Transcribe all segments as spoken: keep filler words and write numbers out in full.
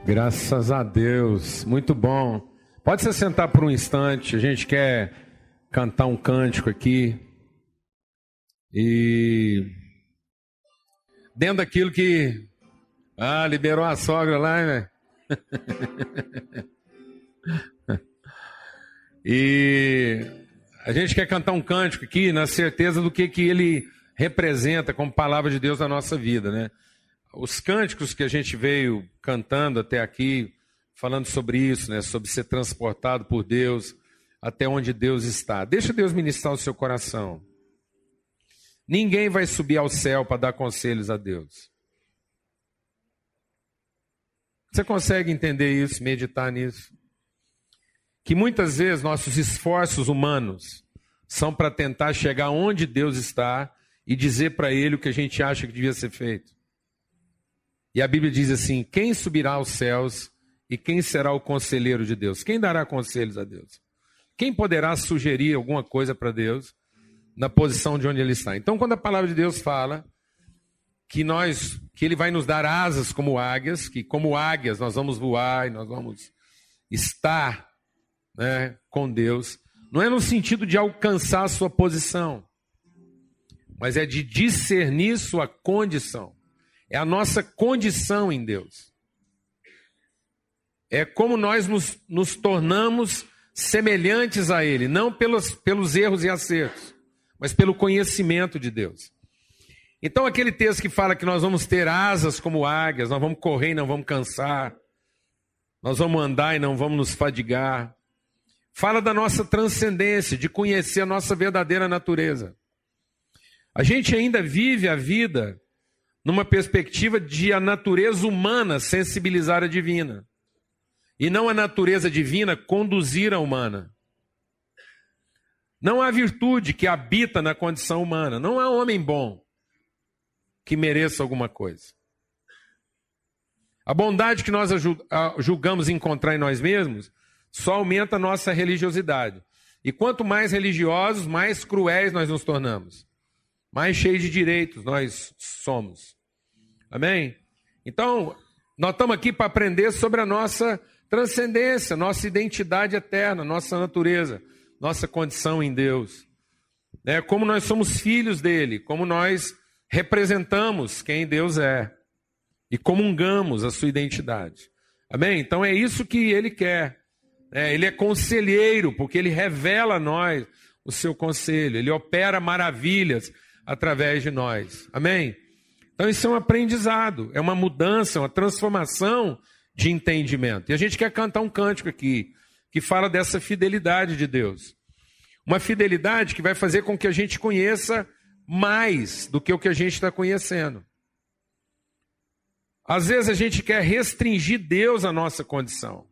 Graças a Deus, muito bom. Pode se sentar por um instante, a gente quer cantar um cântico aqui. E dentro daquilo que... Ah, liberou a sogra lá, né? E a gente quer cantar um cântico aqui na certeza do que, que ele representa como palavra de Deus na nossa vida, né? Os cânticos que a gente veio cantando até aqui, falando sobre isso, né? Sobre ser transportado por Deus até onde Deus está. Deixa Deus ministrar o seu coração. Ninguém vai subir ao céu para dar conselhos a Deus. Você consegue entender isso, meditar nisso? Que muitas vezes nossos esforços humanos são para tentar chegar onde Deus está e dizer para Ele o que a gente acha que devia ser feito. E a Bíblia diz assim: quem subirá aos céus e quem será o conselheiro de Deus? Quem dará conselhos a Deus? Quem poderá sugerir alguma coisa para Deus na posição de onde Ele está? Então, quando a palavra de Deus fala que nós, que Ele vai nos dar asas como águias, que como águias nós vamos voar e nós vamos estar, né, com Deus, não é no sentido de alcançar a sua posição, mas é de discernir sua condição. É a nossa condição em Deus. É como nós nos, nos tornamos semelhantes a Ele, não pelos, pelos erros e acertos, mas pelo conhecimento de Deus. Então aquele texto que fala que nós vamos ter asas como águias, nós vamos correr e não vamos cansar, nós vamos andar e não vamos nos fadigar, fala da nossa transcendência, de conhecer a nossa verdadeira natureza. A gente ainda vive a vida numa perspectiva de a natureza humana sensibilizar a divina. E não a natureza divina conduzir a humana. Não há virtude que habita na condição humana. Não há homem bom que mereça alguma coisa. A bondade que nós julgamos encontrar em nós mesmos só aumenta a nossa religiosidade. E quanto mais religiosos, mais cruéis nós nos tornamos. Mais cheios de direitos nós somos. Amém? Então, nós estamos aqui para aprender sobre a nossa transcendência, nossa identidade eterna, nossa natureza, nossa condição em Deus. É, como nós somos filhos dele, como nós representamos quem Deus é e comungamos a sua identidade. Amém? Então é isso que ele quer. É, ele é conselheiro, porque ele revela a nós o seu conselho, ele opera maravilhas através de nós. Amém? Então isso é um aprendizado, é uma mudança, uma transformação de entendimento. E a gente quer cantar um cântico aqui, que fala dessa fidelidade de Deus. Uma fidelidade que vai fazer com que a gente conheça mais do que o que a gente está conhecendo. Às vezes a gente quer restringir Deus à nossa condição.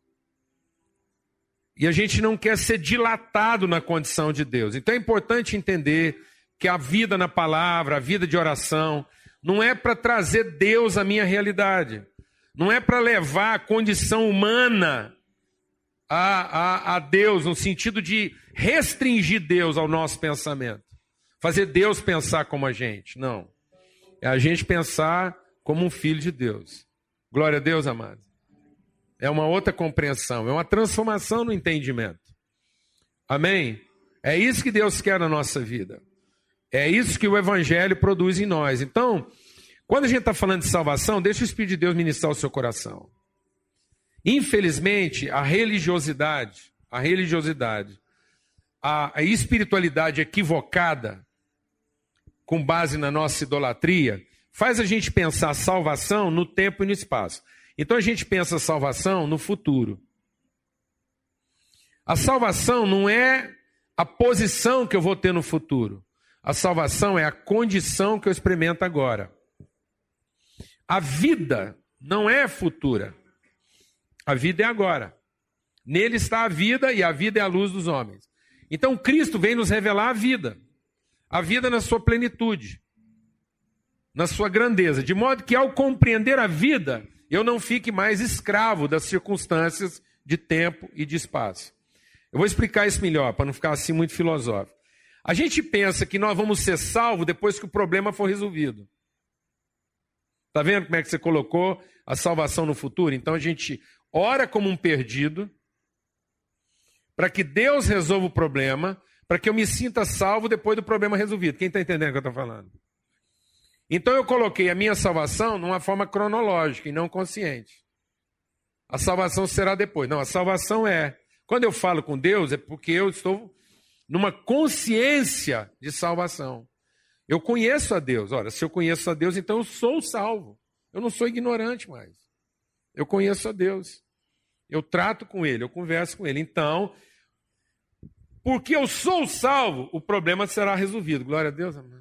E a gente não quer ser dilatado na condição de Deus. Então é importante entender que a vida na palavra, a vida de oração, não é para trazer Deus à minha realidade. Não é para levar a condição humana a, a, a Deus, no sentido de restringir Deus ao nosso pensamento. Fazer Deus pensar como a gente. Não. É a gente pensar como um filho de Deus. Glória a Deus, amado. É uma outra compreensão, é uma transformação no entendimento. Amém? É isso que Deus quer na nossa vida. É isso que o Evangelho produz em nós. Então, quando a gente está falando de salvação, deixa o Espírito de Deus ministrar o seu coração. Infelizmente, a religiosidade, a religiosidade, a, a espiritualidade equivocada, com base na nossa idolatria, faz a gente pensar salvação no tempo e no espaço. Então a gente pensa salvação no futuro. A salvação não é a posição que eu vou ter no futuro. A salvação é a condição que eu experimento agora. A vida não é futura. A vida é agora. Nele está a vida e a vida é a luz dos homens. Então Cristo vem nos revelar a vida. A vida na sua plenitude. Na sua grandeza. De modo que ao compreender a vida, eu não fique mais escravo das circunstâncias de tempo e de espaço. Eu vou explicar isso melhor, para não ficar assim muito filosófico. A gente pensa que nós vamos ser salvos depois que o problema for resolvido. Está vendo como é que você colocou a salvação no futuro? Então a gente ora como um perdido, para que Deus resolva o problema, para que eu me sinta salvo depois do problema resolvido. Quem está entendendo o que eu estou falando? Então eu coloquei a minha salvação numa forma cronológica e não consciente. A salvação será depois. Não, a salvação é... Quando eu falo com Deus, é porque eu estou numa consciência de salvação. Eu conheço a Deus. Ora, se eu conheço a Deus, então eu sou salvo. Eu não sou ignorante mais. Eu conheço a Deus. Eu trato com Ele, eu converso com Ele. Então, porque eu sou salvo, o problema será resolvido. Glória a Deus, amém.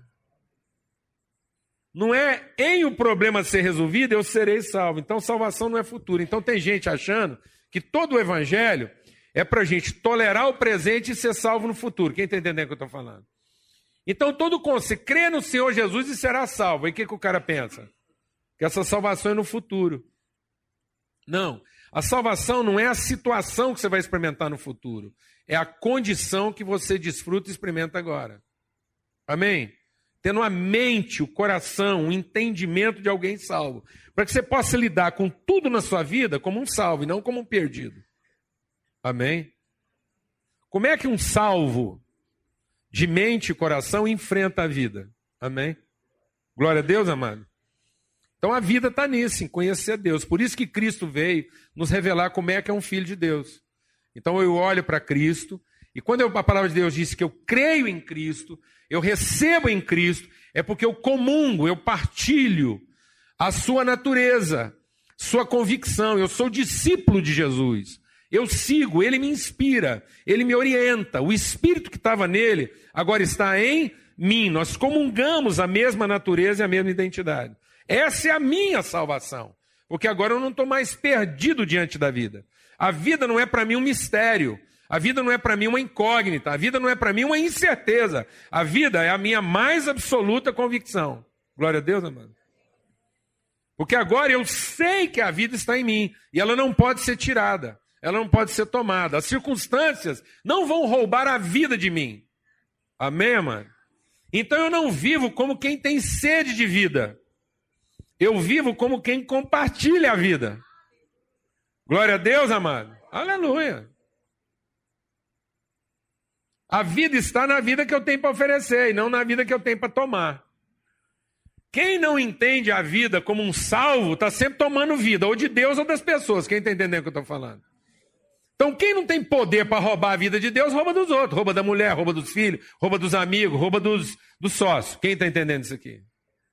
Não é em o problema ser resolvido, eu serei salvo. Então, salvação não é futuro. Então, tem gente achando que todo o evangelho é para a gente tolerar o presente e ser salvo no futuro. Quem está entendendo o que eu estou falando? Então, todo você crê no Senhor Jesus e será salvo. Aí o que, que o cara pensa? Que essa salvação é no futuro. Não. A salvação não é a situação que você vai experimentar no futuro. É a condição que você desfruta e experimenta agora. Amém? Tendo a mente, o coração, o entendimento de alguém salvo. Para que você possa lidar com tudo na sua vida como um salvo e não como um perdido. Amém? Como é que um salvo de mente e coração enfrenta a vida? Amém? Glória a Deus, amado. Então a vida está nisso, em conhecer Deus. Por isso que Cristo veio nos revelar como é que é um filho de Deus. Então eu olho para Cristo, e quando eu, a palavra de Deus diz que eu creio em Cristo, eu recebo em Cristo, é porque eu comungo, eu partilho a sua natureza, sua convicção. Eu sou discípulo de Jesus. Eu sigo, ele me inspira, ele me orienta. O Espírito que estava nele agora está em mim. Nós comungamos a mesma natureza e a mesma identidade. Essa é a minha salvação, porque agora eu não estou mais perdido diante da vida. A vida não é para mim um mistério, a vida não é para mim uma incógnita, a vida não é para mim uma incerteza, a vida é a minha mais absoluta convicção. Glória a Deus, amado. Porque agora eu sei que a vida está em mim, e ela não pode ser tirada, ela não pode ser tomada. As circunstâncias não vão roubar a vida de mim. Amém, amado? Então eu não vivo como quem tem sede de vida. Eu vivo como quem compartilha a vida. Glória a Deus, amado. Aleluia. A vida está na vida que eu tenho para oferecer e não na vida que eu tenho para tomar. Quem não entende a vida como um salvo está sempre tomando vida, ou de Deus ou das pessoas. Quem está entendendo o que eu estou falando? Então quem não tem poder para roubar a vida de Deus, rouba dos outros. Rouba da mulher, rouba dos filhos, rouba dos amigos, rouba dos, dos sócios. Quem está entendendo isso aqui?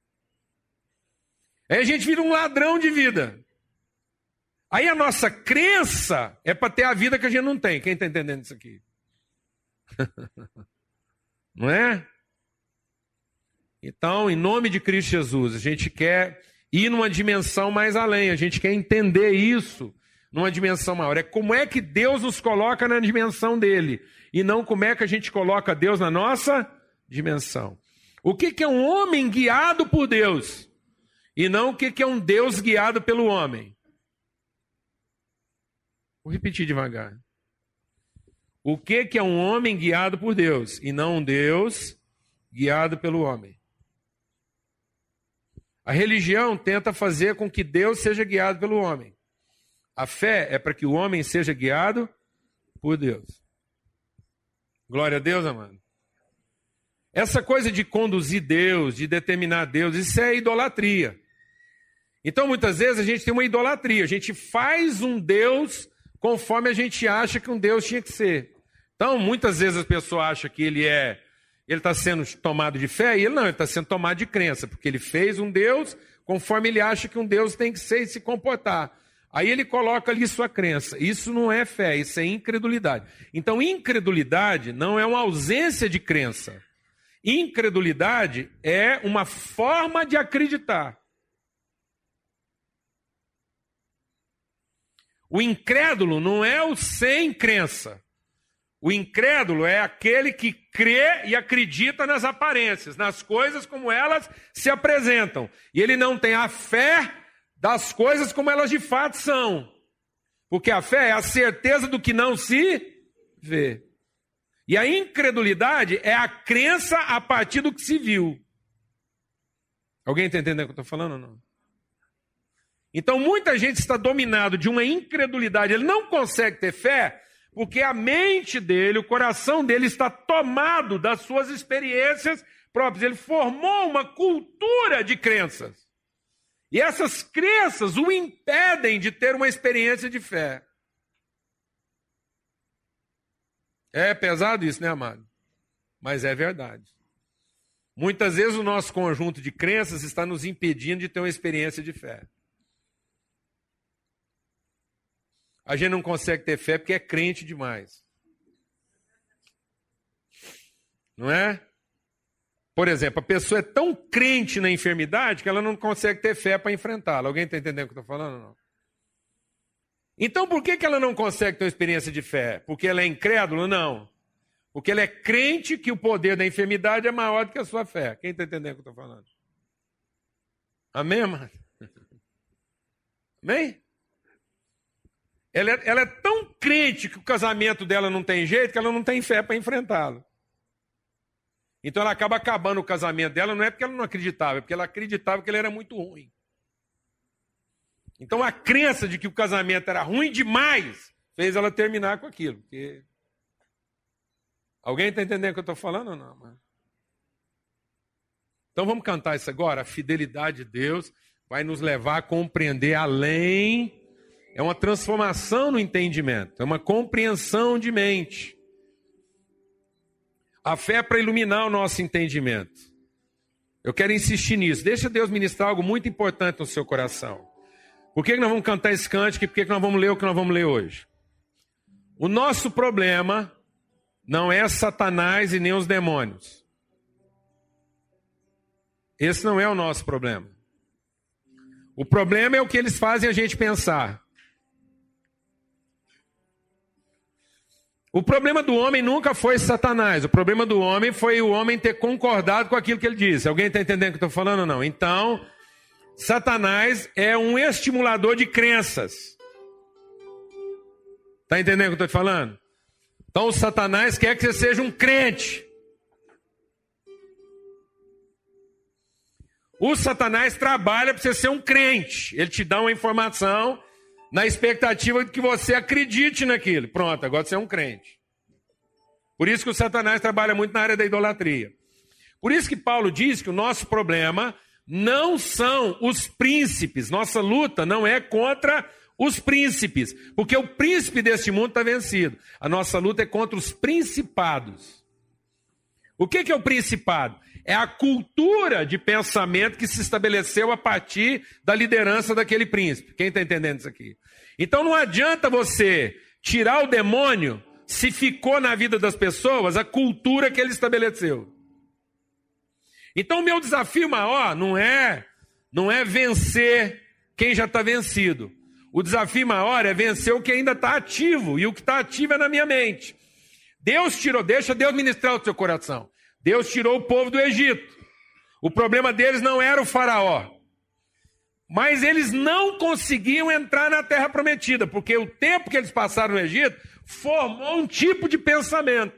Aí a gente vira um ladrão de vida. Aí a nossa crença é para ter a vida que a gente não tem. Quem está entendendo isso aqui? Não é? Então, em nome de Cristo Jesus, a gente quer ir numa dimensão mais além. A gente quer entender isso numa dimensão maior. É como é que Deus nos coloca na dimensão dele. E não como é que a gente coloca Deus na nossa dimensão. O que, que é um homem guiado por Deus? E não o que é um Deus guiado pelo homem. Vou repetir devagar. O que é um homem guiado por Deus e não um Deus guiado pelo homem? A religião tenta fazer com que Deus seja guiado pelo homem. A fé é para que o homem seja guiado por Deus. Glória a Deus, amado. Essa coisa de conduzir Deus, de determinar Deus, isso é idolatria. Então, muitas vezes, a gente tem uma idolatria. A gente faz um Deus conforme a gente acha que um Deus tinha que ser. Então, muitas vezes a pessoa acha que ele é, ele está sendo tomado de fé, e ele não, ele está sendo tomado de crença, porque ele fez um Deus conforme ele acha que um Deus tem que ser e se comportar. Aí ele coloca ali sua crença. Isso não é fé, isso é incredulidade. Então, incredulidade não é uma ausência de crença. Incredulidade é uma forma de acreditar. O incrédulo não é o sem crença. O incrédulo é aquele que crê e acredita nas aparências, nas coisas como elas se apresentam. E ele não tem a fé das coisas como elas de fato são. Porque a fé é a certeza do que não se vê. E a incredulidade é a crença a partir do que se viu. Alguém está entendendo o que eu estou falando ou não? Então muita gente está dominado de uma incredulidade, ele não consegue ter fé, porque a mente dele, o coração dele está tomado das suas experiências próprias. Ele formou uma cultura de crenças. E essas crenças o impedem de ter uma experiência de fé. É pesado isso, né, amado? Mas é verdade. Muitas vezes o nosso conjunto de crenças está nos impedindo de ter uma experiência de fé. A gente não consegue ter fé porque é crente demais. Não é? Por exemplo, a pessoa é tão crente na enfermidade que ela não consegue ter fé para enfrentá-la. Alguém está entendendo o que eu estou falando? Não? Então, por que, que ela não consegue ter uma experiência de fé? Porque ela é incrédula? Não. Porque ela é crente que o poder da enfermidade é maior do que a sua fé. Quem está entendendo o que eu estou falando? Amém, mano? Amém? Ela é, ela é tão crente que o casamento dela não tem jeito que ela não tem fé para enfrentá-lo. Então ela acaba acabando o casamento dela, não é porque ela não acreditava, é porque ela acreditava que ele era muito ruim. Então a crença de que o casamento era ruim demais fez ela terminar com aquilo. Porque... Alguém está entendendo o que eu estou falando ou não? Mano? Então vamos cantar isso agora? A fidelidade de Deus vai nos levar a compreender além... É uma transformação no entendimento, é uma compreensão de mente. A fé é para iluminar o nosso entendimento. Eu quero insistir nisso. Deixa Deus ministrar algo muito importante no seu coração. Por que nós vamos cantar esse cântico e por que nós vamos ler o que nós vamos ler hoje? O nosso problema não é Satanás e nem os demônios. Esse não é o nosso problema. O problema é o que eles fazem a gente pensar. O problema do homem nunca foi Satanás. O problema do homem foi o homem ter concordado com aquilo que ele disse. Alguém está entendendo o que eu estou falando ou não? Então, Satanás é um estimulador de crenças. Está entendendo o que eu estou te falando? Então, o Satanás quer que você seja um crente. O Satanás trabalha para você ser um crente. Ele te dá uma informação... na expectativa de que você acredite naquilo. Pronto, agora você é um crente. Por isso que o Satanás trabalha muito na área da idolatria. Por isso que Paulo diz que o nosso problema não são os príncipes. Nossa luta não é contra os príncipes. Porque o príncipe deste mundo está vencido. A nossa luta é contra os principados. O que que é o principado? É a cultura de pensamento que se estabeleceu a partir da liderança daquele príncipe. Quem está entendendo isso aqui? Então não adianta você tirar o demônio se ficou na vida das pessoas a cultura que ele estabeleceu. Então o meu desafio maior não é, não é vencer quem já está vencido. O desafio maior é vencer o que ainda está ativo. E o que está ativo é na minha mente. Deus tirou, deixa Deus ministrar o seu coração. Deus tirou o povo do Egito. O problema deles não era o faraó. Mas eles não conseguiam entrar na terra prometida, porque o tempo que eles passaram no Egito formou um tipo de pensamento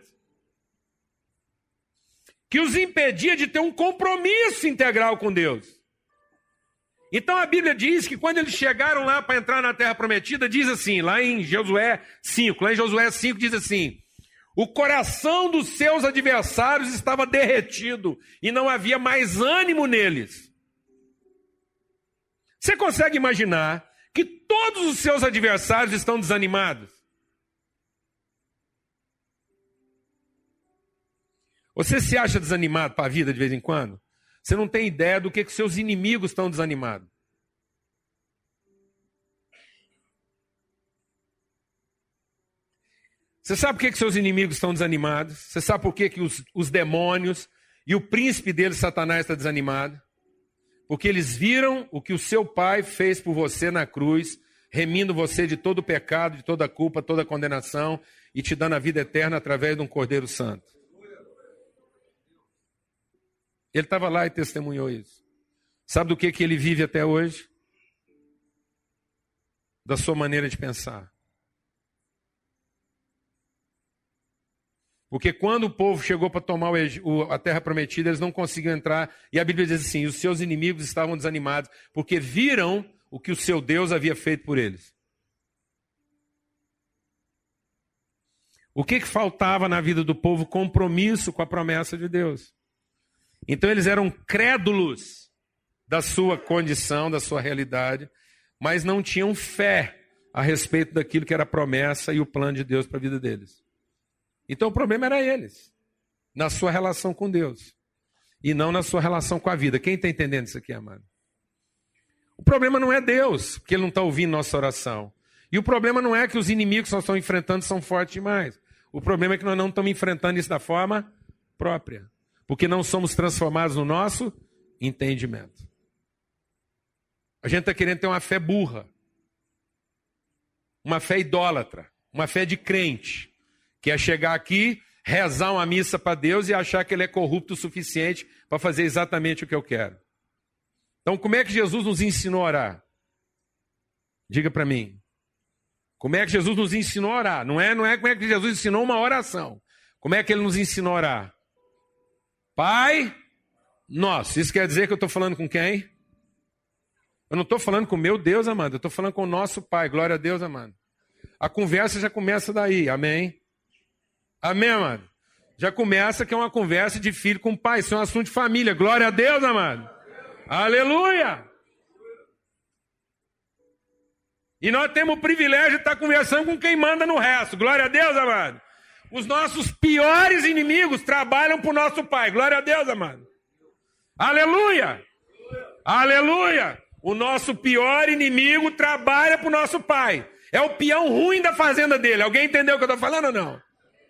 que os impedia de ter um compromisso integral com Deus. Então a Bíblia diz que quando eles chegaram lá para entrar na terra prometida, diz assim, lá em Josué cinco, lá em Josué cinco diz assim: o coração dos seus adversários estava derretido e não havia mais ânimo neles. Você consegue imaginar que todos os seus adversários estão desanimados? Você se acha desanimado para a vida de vez em quando? Você não tem ideia do que, que seus inimigos estão desanimados. Você sabe por que, que seus inimigos estão desanimados? Você sabe por que, que os, os demônios e o príncipe deles, Satanás, está desanimado? Porque eles viram o que o seu pai fez por você na cruz, remindo você de todo o pecado, de toda a culpa, toda a condenação e te dando a vida eterna através de um Cordeiro Santo. Ele estava lá e testemunhou isso. Sabe do que, que ele vive até hoje? Da sua maneira de pensar. Porque quando o povo chegou para tomar o, a terra prometida, eles não conseguiam entrar. E a Bíblia diz assim, os seus inimigos estavam desanimados, porque viram o que o seu Deus havia feito por eles. O que, que faltava na vida do povo? Compromisso com a promessa de Deus. Então eles eram crédulos da sua condição, da sua realidade, mas não tinham fé a respeito daquilo que era a promessa e o plano de Deus para a vida deles. Então o problema era eles, na sua relação com Deus, e não na sua relação com a vida. Quem está entendendo isso aqui, amado? O problema não é Deus, porque Ele não está ouvindo nossa oração. E o problema não é que os inimigos que nós estamos enfrentando são fortes demais. O problema é que nós não estamos enfrentando isso da forma própria, porque não somos transformados no nosso entendimento. A gente está querendo ter uma fé burra, uma fé idólatra, uma fé de crente, que é chegar aqui, rezar uma missa para Deus e achar que Ele é corrupto o suficiente para fazer exatamente o que eu quero. Então, como é que Jesus nos ensinou a orar? Diga para mim. Como é que Jesus nos ensinou a orar? Não é, não é como é que Jesus ensinou uma oração. Como é que Ele nos ensinou a orar? Pai nosso. Isso quer dizer que eu estou falando com quem? Eu não estou falando com o meu Deus, amado. Eu estou falando com o nosso Pai. Glória a Deus, amado. A conversa já começa daí. Amém? Amém, amado? Já começa que é uma conversa de filho com pai. Isso é um assunto de família. Glória a Deus, amado. Aleluia! E nós temos o privilégio de estar conversando com quem manda no resto. Glória a Deus, amado. Os nossos piores inimigos trabalham para o nosso Pai. Glória a Deus, amado. Aleluia! Aleluia! O nosso pior inimigo trabalha para o nosso Pai. É o peão ruim da fazenda dele. Alguém entendeu o que eu estou falando ou não?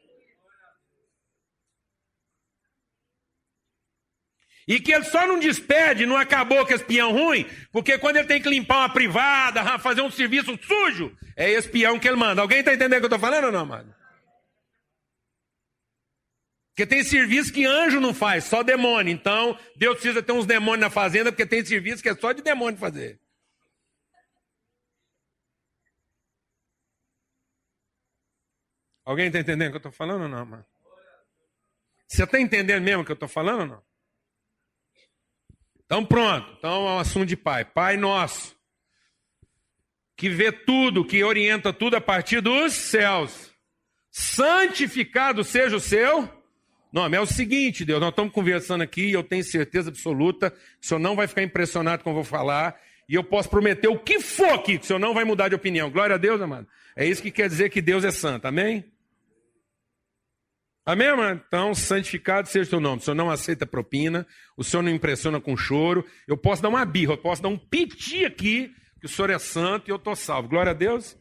E que ele só não despede, não acabou com esse peão ruim, porque quando ele tem que limpar uma privada, fazer um serviço sujo, é esse peão que ele manda. Alguém está entendendo o que eu estou falando ou não, mano? Porque tem serviço que anjo não faz, só demônio. Então, Deus precisa ter uns demônios na fazenda, porque tem serviço que é só de demônio fazer. Alguém está entendendo o que eu estou falando ou não, mano? Você está entendendo mesmo o que eu estou falando ou não? Então pronto, então é um assunto de Pai. Pai nosso, que vê tudo, que orienta tudo a partir dos céus. Santificado seja o seu nome. É o seguinte, Deus, nós estamos conversando aqui e eu tenho certeza absoluta que o Senhor não vai ficar impressionado com o que eu vou falar e eu posso prometer o que for aqui, que o Senhor não vai mudar de opinião. Glória a Deus, amado. É isso que quer dizer que Deus é santo, amém? Amém, amado? Então, santificado seja o teu nome. O Senhor não aceita propina, o Senhor não impressiona com choro. Eu posso dar uma birra, eu posso dar um piti aqui, que o Senhor é santo e eu estou salvo. Glória a Deus.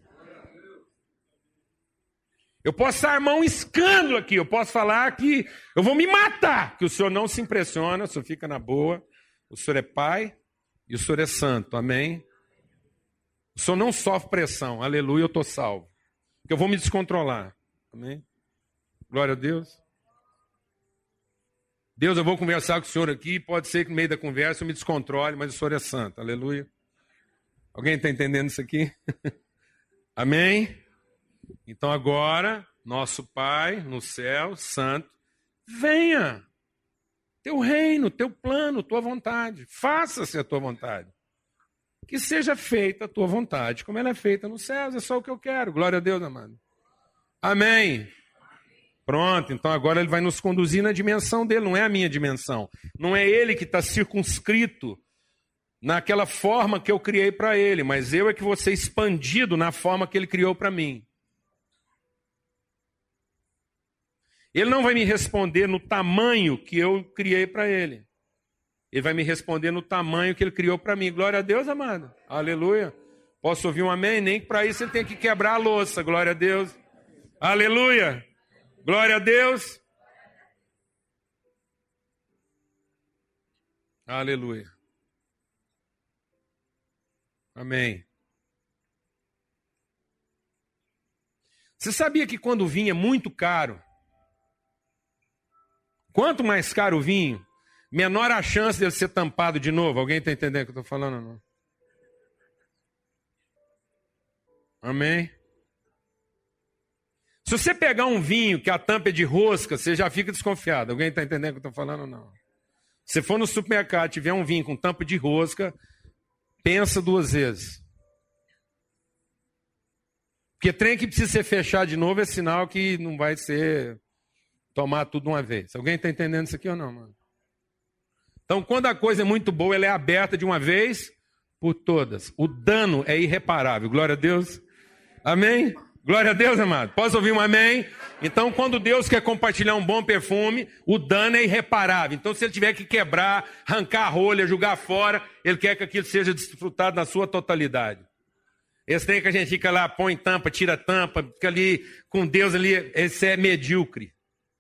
Eu posso armar um escândalo aqui, eu posso falar que eu vou me matar, que o Senhor não se impressiona, o Senhor fica na boa. O Senhor é Pai e o Senhor é santo, amém? O Senhor não sofre pressão, aleluia, eu estou salvo. Porque eu vou me descontrolar, amém? Glória a Deus. Deus, eu vou conversar com o Senhor aqui, pode ser que no meio da conversa eu me descontrole, mas o Senhor é santo, aleluia. Alguém está entendendo isso aqui? Amém? Então agora, nosso Pai no céu, santo, venha, teu reino, teu plano, tua vontade, faça-se a tua vontade. Que seja feita a tua vontade, como ela é feita nos céus, é só o que eu quero. Glória a Deus, amado. Amém. Pronto, então agora ele vai nos conduzir na dimensão dele, não é a minha dimensão. Não é ele que está circunscrito naquela forma que eu criei para ele, mas eu é que vou ser expandido na forma que ele criou para mim. Ele não vai me responder no tamanho que eu criei para ele. Ele vai me responder no tamanho que ele criou para mim. Glória a Deus, amado. Aleluia. Posso ouvir um amém? Nem que para isso ele tem que quebrar a louça. Glória a Deus. Aleluia. Glória a Deus. Aleluia. Amém. Você sabia que quando o vinho é muito caro, quanto mais caro o vinho, menor a chance dele ser tampado de novo? Alguém está entendendo o que eu estou falando ou não? Amém? Se você pegar um vinho que a tampa é de rosca, você já fica desconfiado. Alguém está entendendo o que eu estou falando ou não? Se for no supermercado e tiver um vinho com tampa de rosca, pensa duas vezes. Porque trem que precisa ser fechado de novo é sinal que não vai ser tomar tudo de uma vez. Alguém está entendendo isso aqui ou não, mano? Então, quando a coisa é muito boa, ela é aberta de uma vez por todas. O dano é irreparável. Glória a Deus. Amém? Glória a Deus, amado. Posso ouvir um amém? Então, quando Deus quer compartilhar um bom perfume, o dano é irreparável. Então, se ele tiver que quebrar, arrancar a rolha, jogar fora, ele quer que aquilo seja desfrutado na sua totalidade. Esse trem que a gente fica lá, põe tampa, tira tampa, fica ali com Deus ali, esse é medíocre.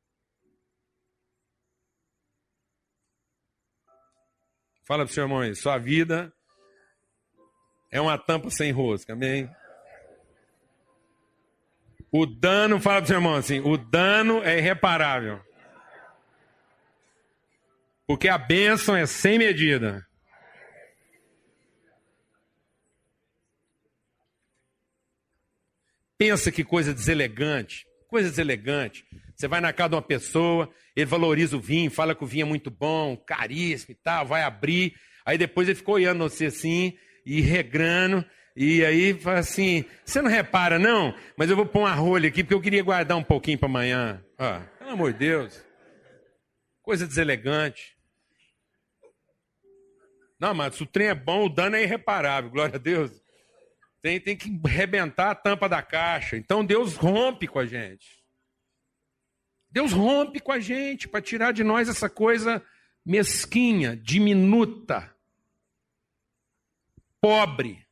Fala pro seu irmão aí, sua vida é uma tampa sem rosca, amém? O dano, fala pro seu irmão assim, o dano é irreparável. Porque a bênção é sem medida. Pensa que coisa deselegante, coisa deselegante. Você vai na casa de uma pessoa, ele valoriza o vinho, fala que o vinho é muito bom, caríssimo e tal, vai abrir. Aí depois ele ficou olhando você assim, e regrando, e aí fala assim, você não repara não? Mas eu vou pôr uma rolha aqui, porque eu queria guardar um pouquinho para amanhã. Ah, pelo amor de Deus. Coisa deselegante. Não, mas se o trem é bom, o dano é irreparável, glória a Deus. Tem, tem que arrebentar a tampa da caixa. Então Deus rompe com a gente. Deus rompe com a gente para tirar de nós essa coisa mesquinha, diminuta, pobre,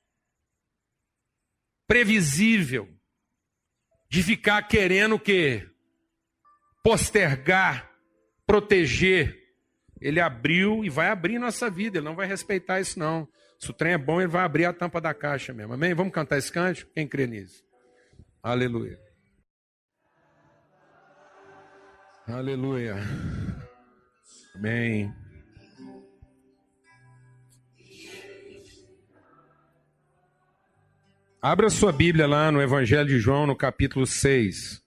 previsível, de ficar querendo o quê? Postergar, proteger. Ele abriu e vai abrir nossa vida, ele não vai respeitar isso não. Se o trem é bom, ele vai abrir a tampa da caixa mesmo. Amém? Vamos cantar esse cântico? Quem crê nisso? Aleluia. Aleluia. Amém. Abra sua Bíblia lá no Evangelho de João, no capítulo seis.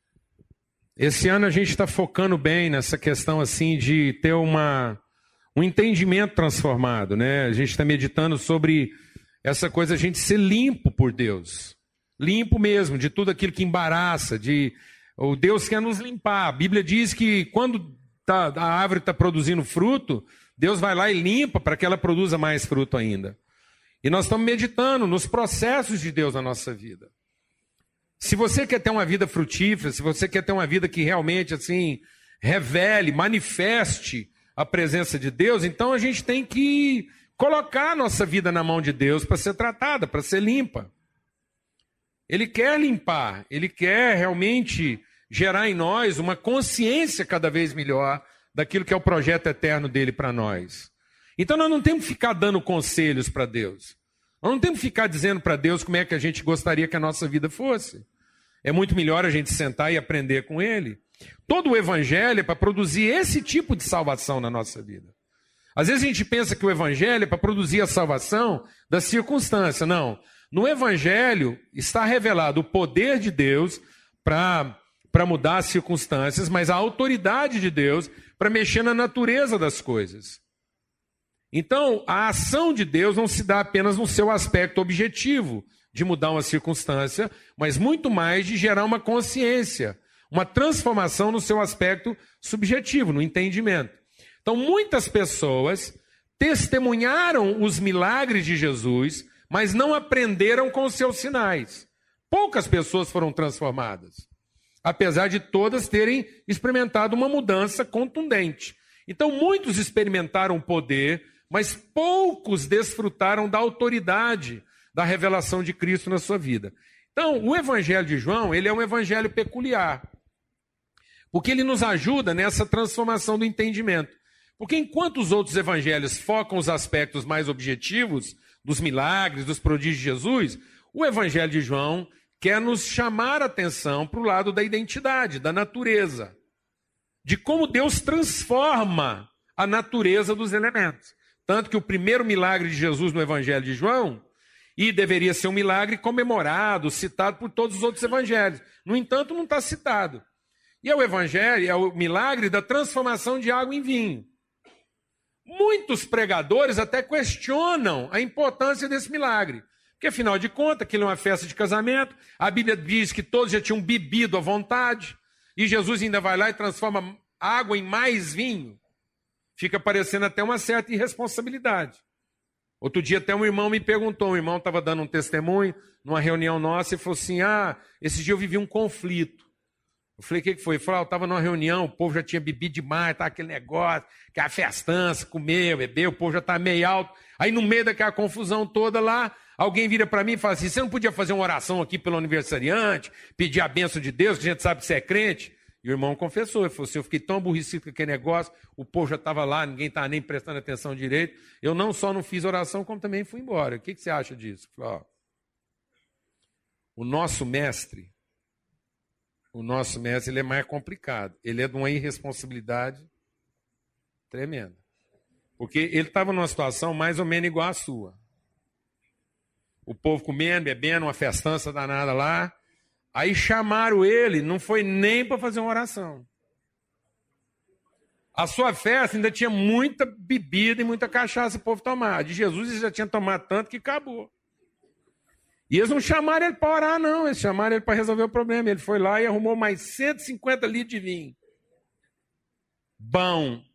Esse ano a gente está focando bem nessa questão assim de ter uma... um entendimento transformado, né? A gente está meditando sobre essa coisa, a gente ser limpo por Deus. Limpo mesmo, de tudo aquilo que embaraça, de... O Deus quer nos limpar. A Bíblia diz que quando tá, a árvore está produzindo fruto, Deus vai lá e limpa para que ela produza mais fruto ainda. E nós estamos meditando nos processos de Deus na nossa vida. Se você quer ter uma vida frutífera, se você quer ter uma vida que realmente assim revele, manifeste a presença de Deus, então a gente tem que colocar a nossa vida na mão de Deus para ser tratada, para ser limpa. Ele quer limpar, ele quer realmente gerar em nós uma consciência cada vez melhor daquilo que é o projeto eterno dele para nós. Então nós não temos que ficar dando conselhos para Deus. Nós não temos que ficar dizendo para Deus como é que a gente gostaria que a nossa vida fosse. É muito melhor a gente sentar e aprender com ele. Todo o evangelho é para produzir esse tipo de salvação na nossa vida. Às vezes a gente pensa que o evangelho é para produzir a salvação da circunstância. Não. No evangelho está revelado o poder de Deus para para mudar as circunstâncias, mas a autoridade de Deus para mexer na natureza das coisas. Então, a ação de Deus não se dá apenas no seu aspecto objetivo de mudar uma circunstância, mas muito mais de gerar uma consciência, uma transformação no seu aspecto subjetivo, no entendimento. Então, muitas pessoas testemunharam os milagres de Jesus, mas não aprenderam com os seus sinais. Poucas pessoas foram transformadas, apesar de todas terem experimentado uma mudança contundente. Então, muitos experimentaram poder, mas poucos desfrutaram da autoridade da revelação de Cristo na sua vida. Então, o Evangelho de João, ele é um evangelho peculiar, porque ele nos ajuda nessa transformação do entendimento. Porque enquanto os outros evangelhos focam os aspectos mais objetivos, dos milagres, dos prodígios de Jesus, o Evangelho de João quer nos chamar a atenção para o lado da identidade, da natureza, de como Deus transforma a natureza dos elementos. Tanto que o primeiro milagre de Jesus no Evangelho de João, e deveria ser um milagre comemorado, citado por todos os outros evangelhos. No entanto, não está citado. E é o evangelho, é o milagre da transformação de água em vinho. Muitos pregadores até questionam a importância desse milagre. Porque, afinal de contas, aquilo é uma festa de casamento, a Bíblia diz que todos já tinham bebido à vontade, e Jesus ainda vai lá e transforma água em mais vinho. Fica parecendo até uma certa irresponsabilidade. Outro dia até um irmão me perguntou, um irmão estava dando um testemunho numa reunião nossa e falou assim, ah, esse dia eu vivi um conflito. Eu falei, o que, que foi? Ele falou, ah, eu estava numa reunião, o povo já tinha bebido demais, tá aquele negócio, que a festança, comeu, bebeu, o povo já está meio alto. Aí no meio daquela confusão toda lá, alguém vira para mim e fala assim, você não podia fazer uma oração aqui pelo aniversariante, pedir a bênção de Deus, que a gente sabe que você é crente? E o irmão confessou, ele falou assim, eu fiquei tão aborrecido com aquele negócio, o povo já estava lá, ninguém estava nem prestando atenção direito, eu não só não fiz oração, como também fui embora. O que, que você acha disso? Eu falei, ó, o nosso mestre, o nosso mestre, ele é mais complicado, ele é de uma irresponsabilidade tremenda, porque ele estava numa situação mais ou menos igual à sua. O povo comendo, bebendo, uma festança danada lá. Aí chamaram ele, não foi nem para fazer uma oração. A sua festa ainda tinha muita bebida e muita cachaça o povo tomar. De Jesus eles já tinham tomado tanto que acabou. E eles não chamaram ele para orar, não. Eles chamaram ele para resolver o problema. Ele foi lá e arrumou mais cento e cinquenta litros de vinho. Bom.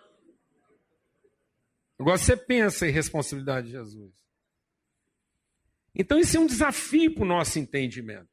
Agora você pensa em responsabilidade de Jesus. Então isso é um desafio para o nosso entendimento.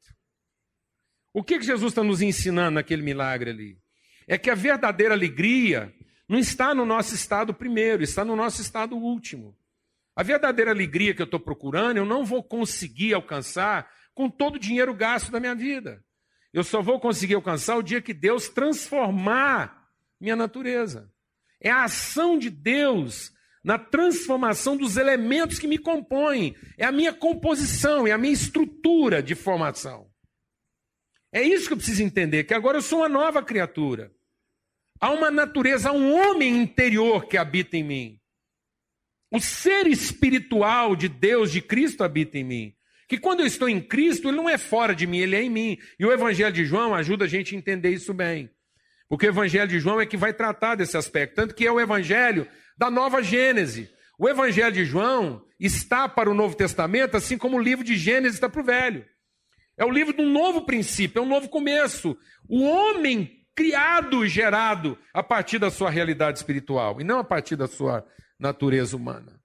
O que, que Jesus está nos ensinando naquele milagre ali? É que a verdadeira alegria não está no nosso estado primeiro, está no nosso estado último. A verdadeira alegria que eu estou procurando, eu não vou conseguir alcançar com todo o dinheiro gasto da minha vida. Eu só vou conseguir alcançar o dia que Deus transformar minha natureza. É a ação de Deus na transformação dos elementos que me compõem. É a minha composição, é a minha estrutura de formação. É isso que eu preciso entender, que agora eu sou uma nova criatura. Há uma natureza, há um homem interior que habita em mim. O ser espiritual de Deus, de Cristo, habita em mim. Que quando eu estou em Cristo, ele não é fora de mim, ele é em mim. E o Evangelho de João ajuda a gente a entender isso bem. Porque o Evangelho de João é que vai tratar desse aspecto. Tanto que é o Evangelho da nova Gênese. O Evangelho de João está para o Novo Testamento, assim como o livro de Gênesis está para o Velho. É o livro de um novo princípio, é um novo começo. O homem criado, gerado a partir da sua realidade espiritual e não a partir da sua natureza humana.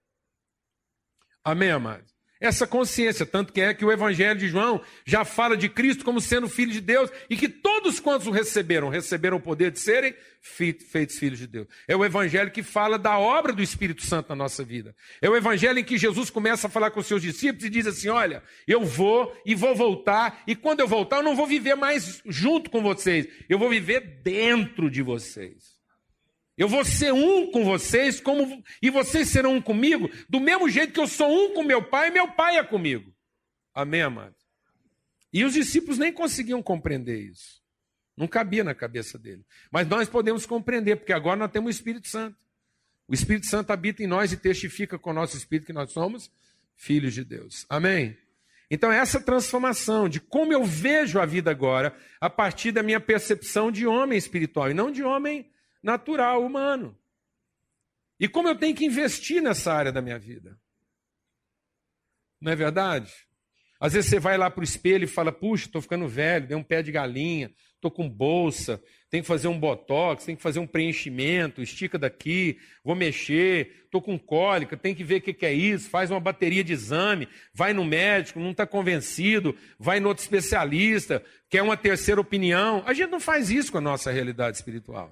Amém, amados? Essa consciência, tanto que é que o Evangelho de João já fala de Cristo como sendo Filho de Deus e que todos quantos o receberam, receberam o poder de serem feitos filhos de Deus. É o Evangelho que fala da obra do Espírito Santo na nossa vida. É o Evangelho em que Jesus começa a falar com os seus discípulos e diz assim, olha, eu vou e vou voltar e quando eu voltar eu não vou viver mais junto com vocês, eu vou viver dentro de vocês. Eu vou ser um com vocês, como, e vocês serão um comigo, do mesmo jeito que eu sou um com meu pai, e meu pai é comigo. Amém, amado? E os discípulos nem conseguiam compreender isso. Não cabia na cabeça dele. Mas nós podemos compreender, porque agora nós temos o Espírito Santo. O Espírito Santo habita em nós e testifica com o nosso espírito que nós somos filhos de Deus. Amém? Então essa transformação de como eu vejo a vida agora, a partir da minha percepção de homem espiritual, e não de homem natural, humano. E como eu tenho que investir nessa área da minha vida. Não é verdade? Às vezes você vai lá para o espelho e fala, puxa, estou ficando velho, dei um pé de galinha, estou com bolsa, tenho que fazer um botox, tenho que fazer um preenchimento, estica daqui, vou mexer, estou com cólica, tem que ver o que, que é isso, faz uma bateria de exame, vai no médico, não está convencido, vai no outro especialista, quer uma terceira opinião. A gente não faz isso com a nossa realidade espiritual.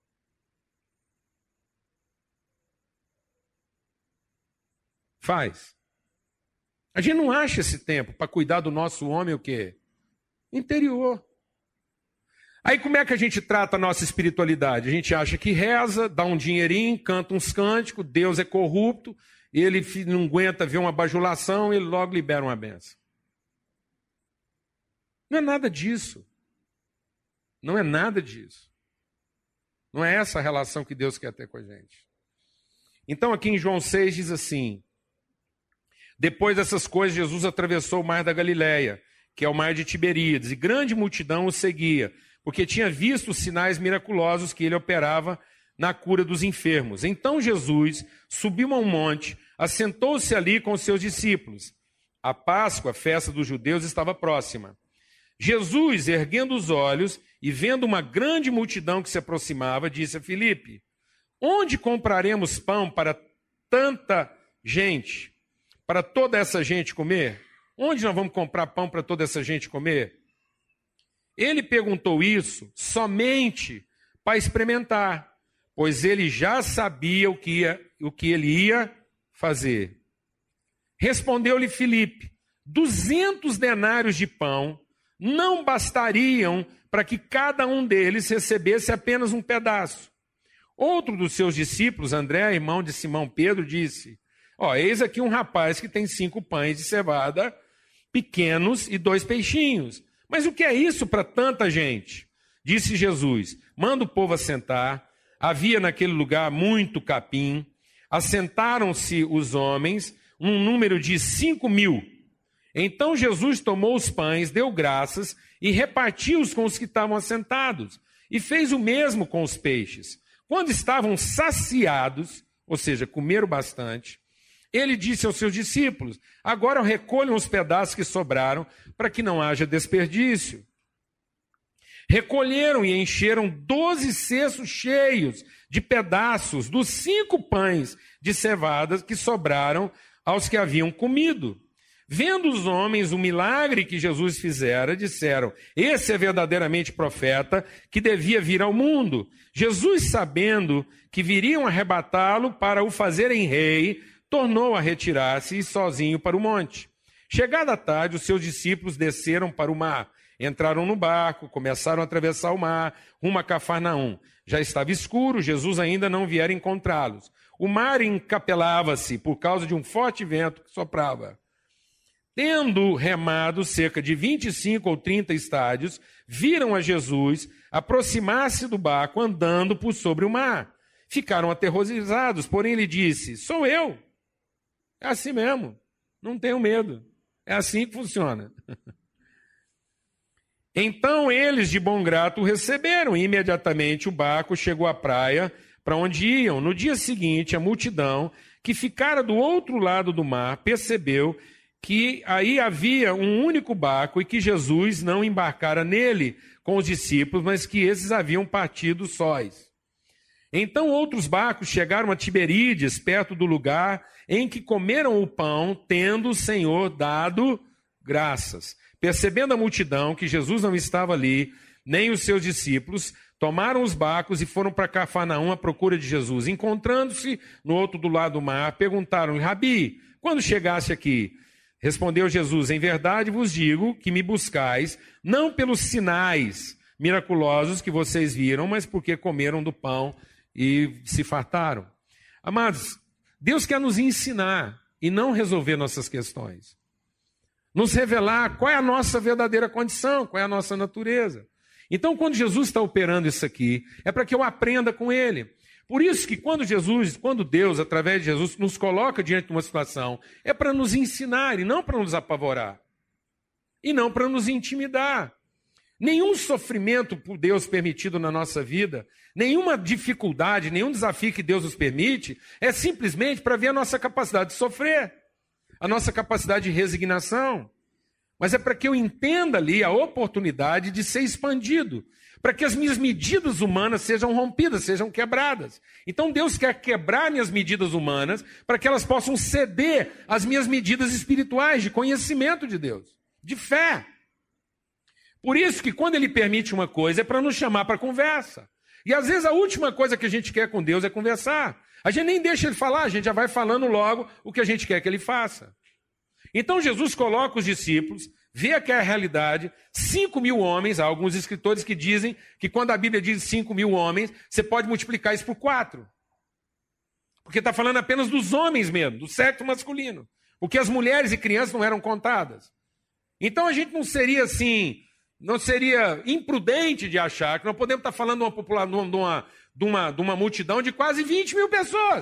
Faz. A gente não acha esse tempo para cuidar do nosso homem o quê? Interior. Aí como é que a gente trata a nossa espiritualidade? A gente acha que reza, dá um dinheirinho, canta uns cânticos, Deus é corrupto, ele não aguenta ver uma bajulação, ele logo libera uma benção. Não é nada disso. Não é nada disso. Não é essa a relação que Deus quer ter com a gente. Então aqui em João seis diz assim, depois dessas coisas, Jesus atravessou o mar da Galileia, que é o mar de Tiberíades, e grande multidão o seguia, porque tinha visto os sinais miraculosos que ele operava na cura dos enfermos. Então Jesus subiu a um monte, assentou-se ali com os seus discípulos. A Páscoa, a festa dos judeus, estava próxima. Jesus, erguendo os olhos e vendo uma grande multidão que se aproximava, disse a Filipe: onde compraremos pão para tanta gente, para toda essa gente comer? Onde nós vamos comprar pão para toda essa gente comer? Ele perguntou isso somente para experimentar, pois ele já sabia o que, ia, o que ele ia fazer. Respondeu-lhe Filipe: duzentos denários de pão não bastariam para que cada um deles recebesse apenas um pedaço. Outro dos seus discípulos, André, irmão de Simão Pedro, disse: ó, eis aqui um rapaz que tem cinco pães de cevada pequenos e dois peixinhos. Mas o que é isso para tanta gente? Disse Jesus: manda o povo assentar. Havia naquele lugar muito capim. Assentaram-se os homens, um número de cinco mil. Então Jesus tomou os pães, deu graças e repartiu-os com os que estavam assentados. E fez o mesmo com os peixes. Quando estavam saciados, ou seja, comeram bastante, ele disse aos seus discípulos: agora recolham os pedaços que sobraram, para que não haja desperdício. Recolheram e encheram doze cestos cheios de pedaços dos cinco pães de cevada que sobraram aos que haviam comido. Vendo os homens o milagre que Jesus fizera, disseram: esse é verdadeiramente profeta que devia vir ao mundo. Jesus, sabendo que viriam arrebatá-lo para o fazerem rei, tornou a retirar-se sozinho para o monte. Chegada a tarde, os seus discípulos desceram para o mar. Entraram no barco, começaram a atravessar o mar, rumo a Cafarnaum. Já estava escuro, Jesus ainda não viera encontrá-los. O mar encapelava-se por causa de um forte vento que soprava. Tendo remado cerca de vinte e cinco ou trinta estádios, viram a Jesus aproximar-se do barco andando por sobre o mar. Ficaram aterrorizados, porém ele disse: sou eu. É assim mesmo, não tenho medo. É assim que funciona. Então eles de bom grado o receberam, e imediatamente o barco chegou à praia para onde iam. No dia seguinte, a multidão, que ficara do outro lado do mar, percebeu que aí havia um único barco e que Jesus não embarcara nele com os discípulos, mas que esses haviam partido sós. Então outros barcos chegaram a Tiberíades, perto do lugar em que comeram o pão, tendo o Senhor dado graças. Percebendo a multidão que Jesus não estava ali, nem os seus discípulos, tomaram os barcos e foram para Cafarnaum à procura de Jesus. Encontrando-se no outro do lado do mar, perguntaram-lhe: Rabi, quando chegaste aqui? Respondeu Jesus: em verdade vos digo que me buscais, não pelos sinais miraculosos que vocês viram, mas porque comeram do pão e se fartaram. Amados, Deus quer nos ensinar e não resolver nossas questões. Nos revelar qual é a nossa verdadeira condição, qual é a nossa natureza. Então, quando Jesus está operando isso aqui, é para que eu aprenda com Ele. Por isso que quando Jesus, quando Deus, através de Jesus, nos coloca diante de uma situação, é para nos ensinar e não para nos apavorar. E não para nos intimidar. Nenhum sofrimento por Deus permitido na nossa vida, nenhuma dificuldade, nenhum desafio que Deus nos permite, é simplesmente para ver a nossa capacidade de sofrer, a nossa capacidade de resignação. Mas é para que eu entenda ali a oportunidade de ser expandido, para que as minhas medidas humanas sejam rompidas, sejam quebradas. Então Deus quer quebrar minhas medidas humanas para que elas possam ceder às minhas medidas espirituais de conhecimento de Deus, de fé. Por isso que quando Ele permite uma coisa é para nos chamar para conversa. E às vezes a última coisa que a gente quer com Deus é conversar. A gente nem deixa Ele falar, a gente já vai falando logo o que a gente quer que Ele faça. Então Jesus coloca os discípulos, vê que é a realidade, cinco mil homens. Há alguns escritores que dizem que quando a Bíblia diz cinco mil homens, você pode multiplicar isso por quatro. Porque está falando apenas dos homens mesmo, do sexo masculino. Porque as mulheres e crianças não eram contadas. Então a gente não seria assim, não seria imprudente de achar que nós podemos estar falando de uma população, de uma, de uma, de uma multidão de quase vinte mil pessoas.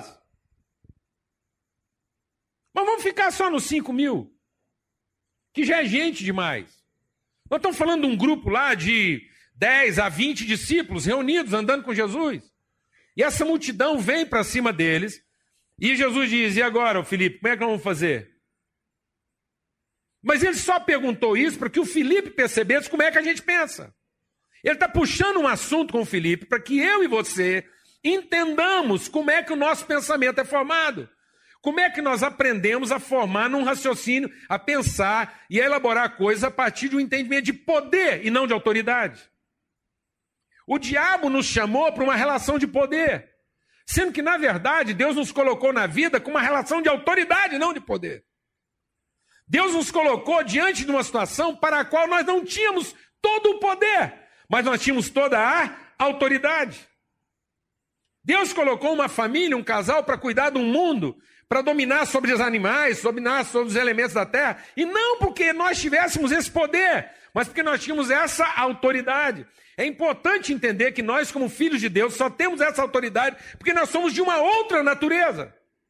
Mas vamos ficar só nos cinco mil, que já é gente demais. Nós estamos falando de um grupo lá de dez a vinte discípulos reunidos, andando com Jesus. E essa multidão vem para cima deles. E Jesus diz, e agora, Filipe, como é que nós vamos fazer? Mas ele só perguntou isso para que o Filipe percebesse como é que a gente pensa. Ele está puxando um assunto com o Filipe para que eu e você entendamos como é que o nosso pensamento é formado. Como é que nós aprendemos a formar num raciocínio, a pensar e a elaborar coisas a partir de um entendimento de poder e não de autoridade. O diabo nos chamou para uma relação de poder, sendo que, na verdade, Deus nos colocou na vida com uma relação de autoridade, não de poder. Deus nos colocou diante de uma situação para a qual nós não tínhamos todo o poder, mas nós tínhamos toda a autoridade. Deus colocou uma família, um casal, para cuidar de um mundo, para dominar sobre os animais, dominar sobre os elementos da terra, e não porque nós tivéssemos esse poder, mas porque nós tínhamos essa autoridade. É importante entender que nós, como filhos de Deus, só temos essa autoridade porque nós somos de uma outra natureza.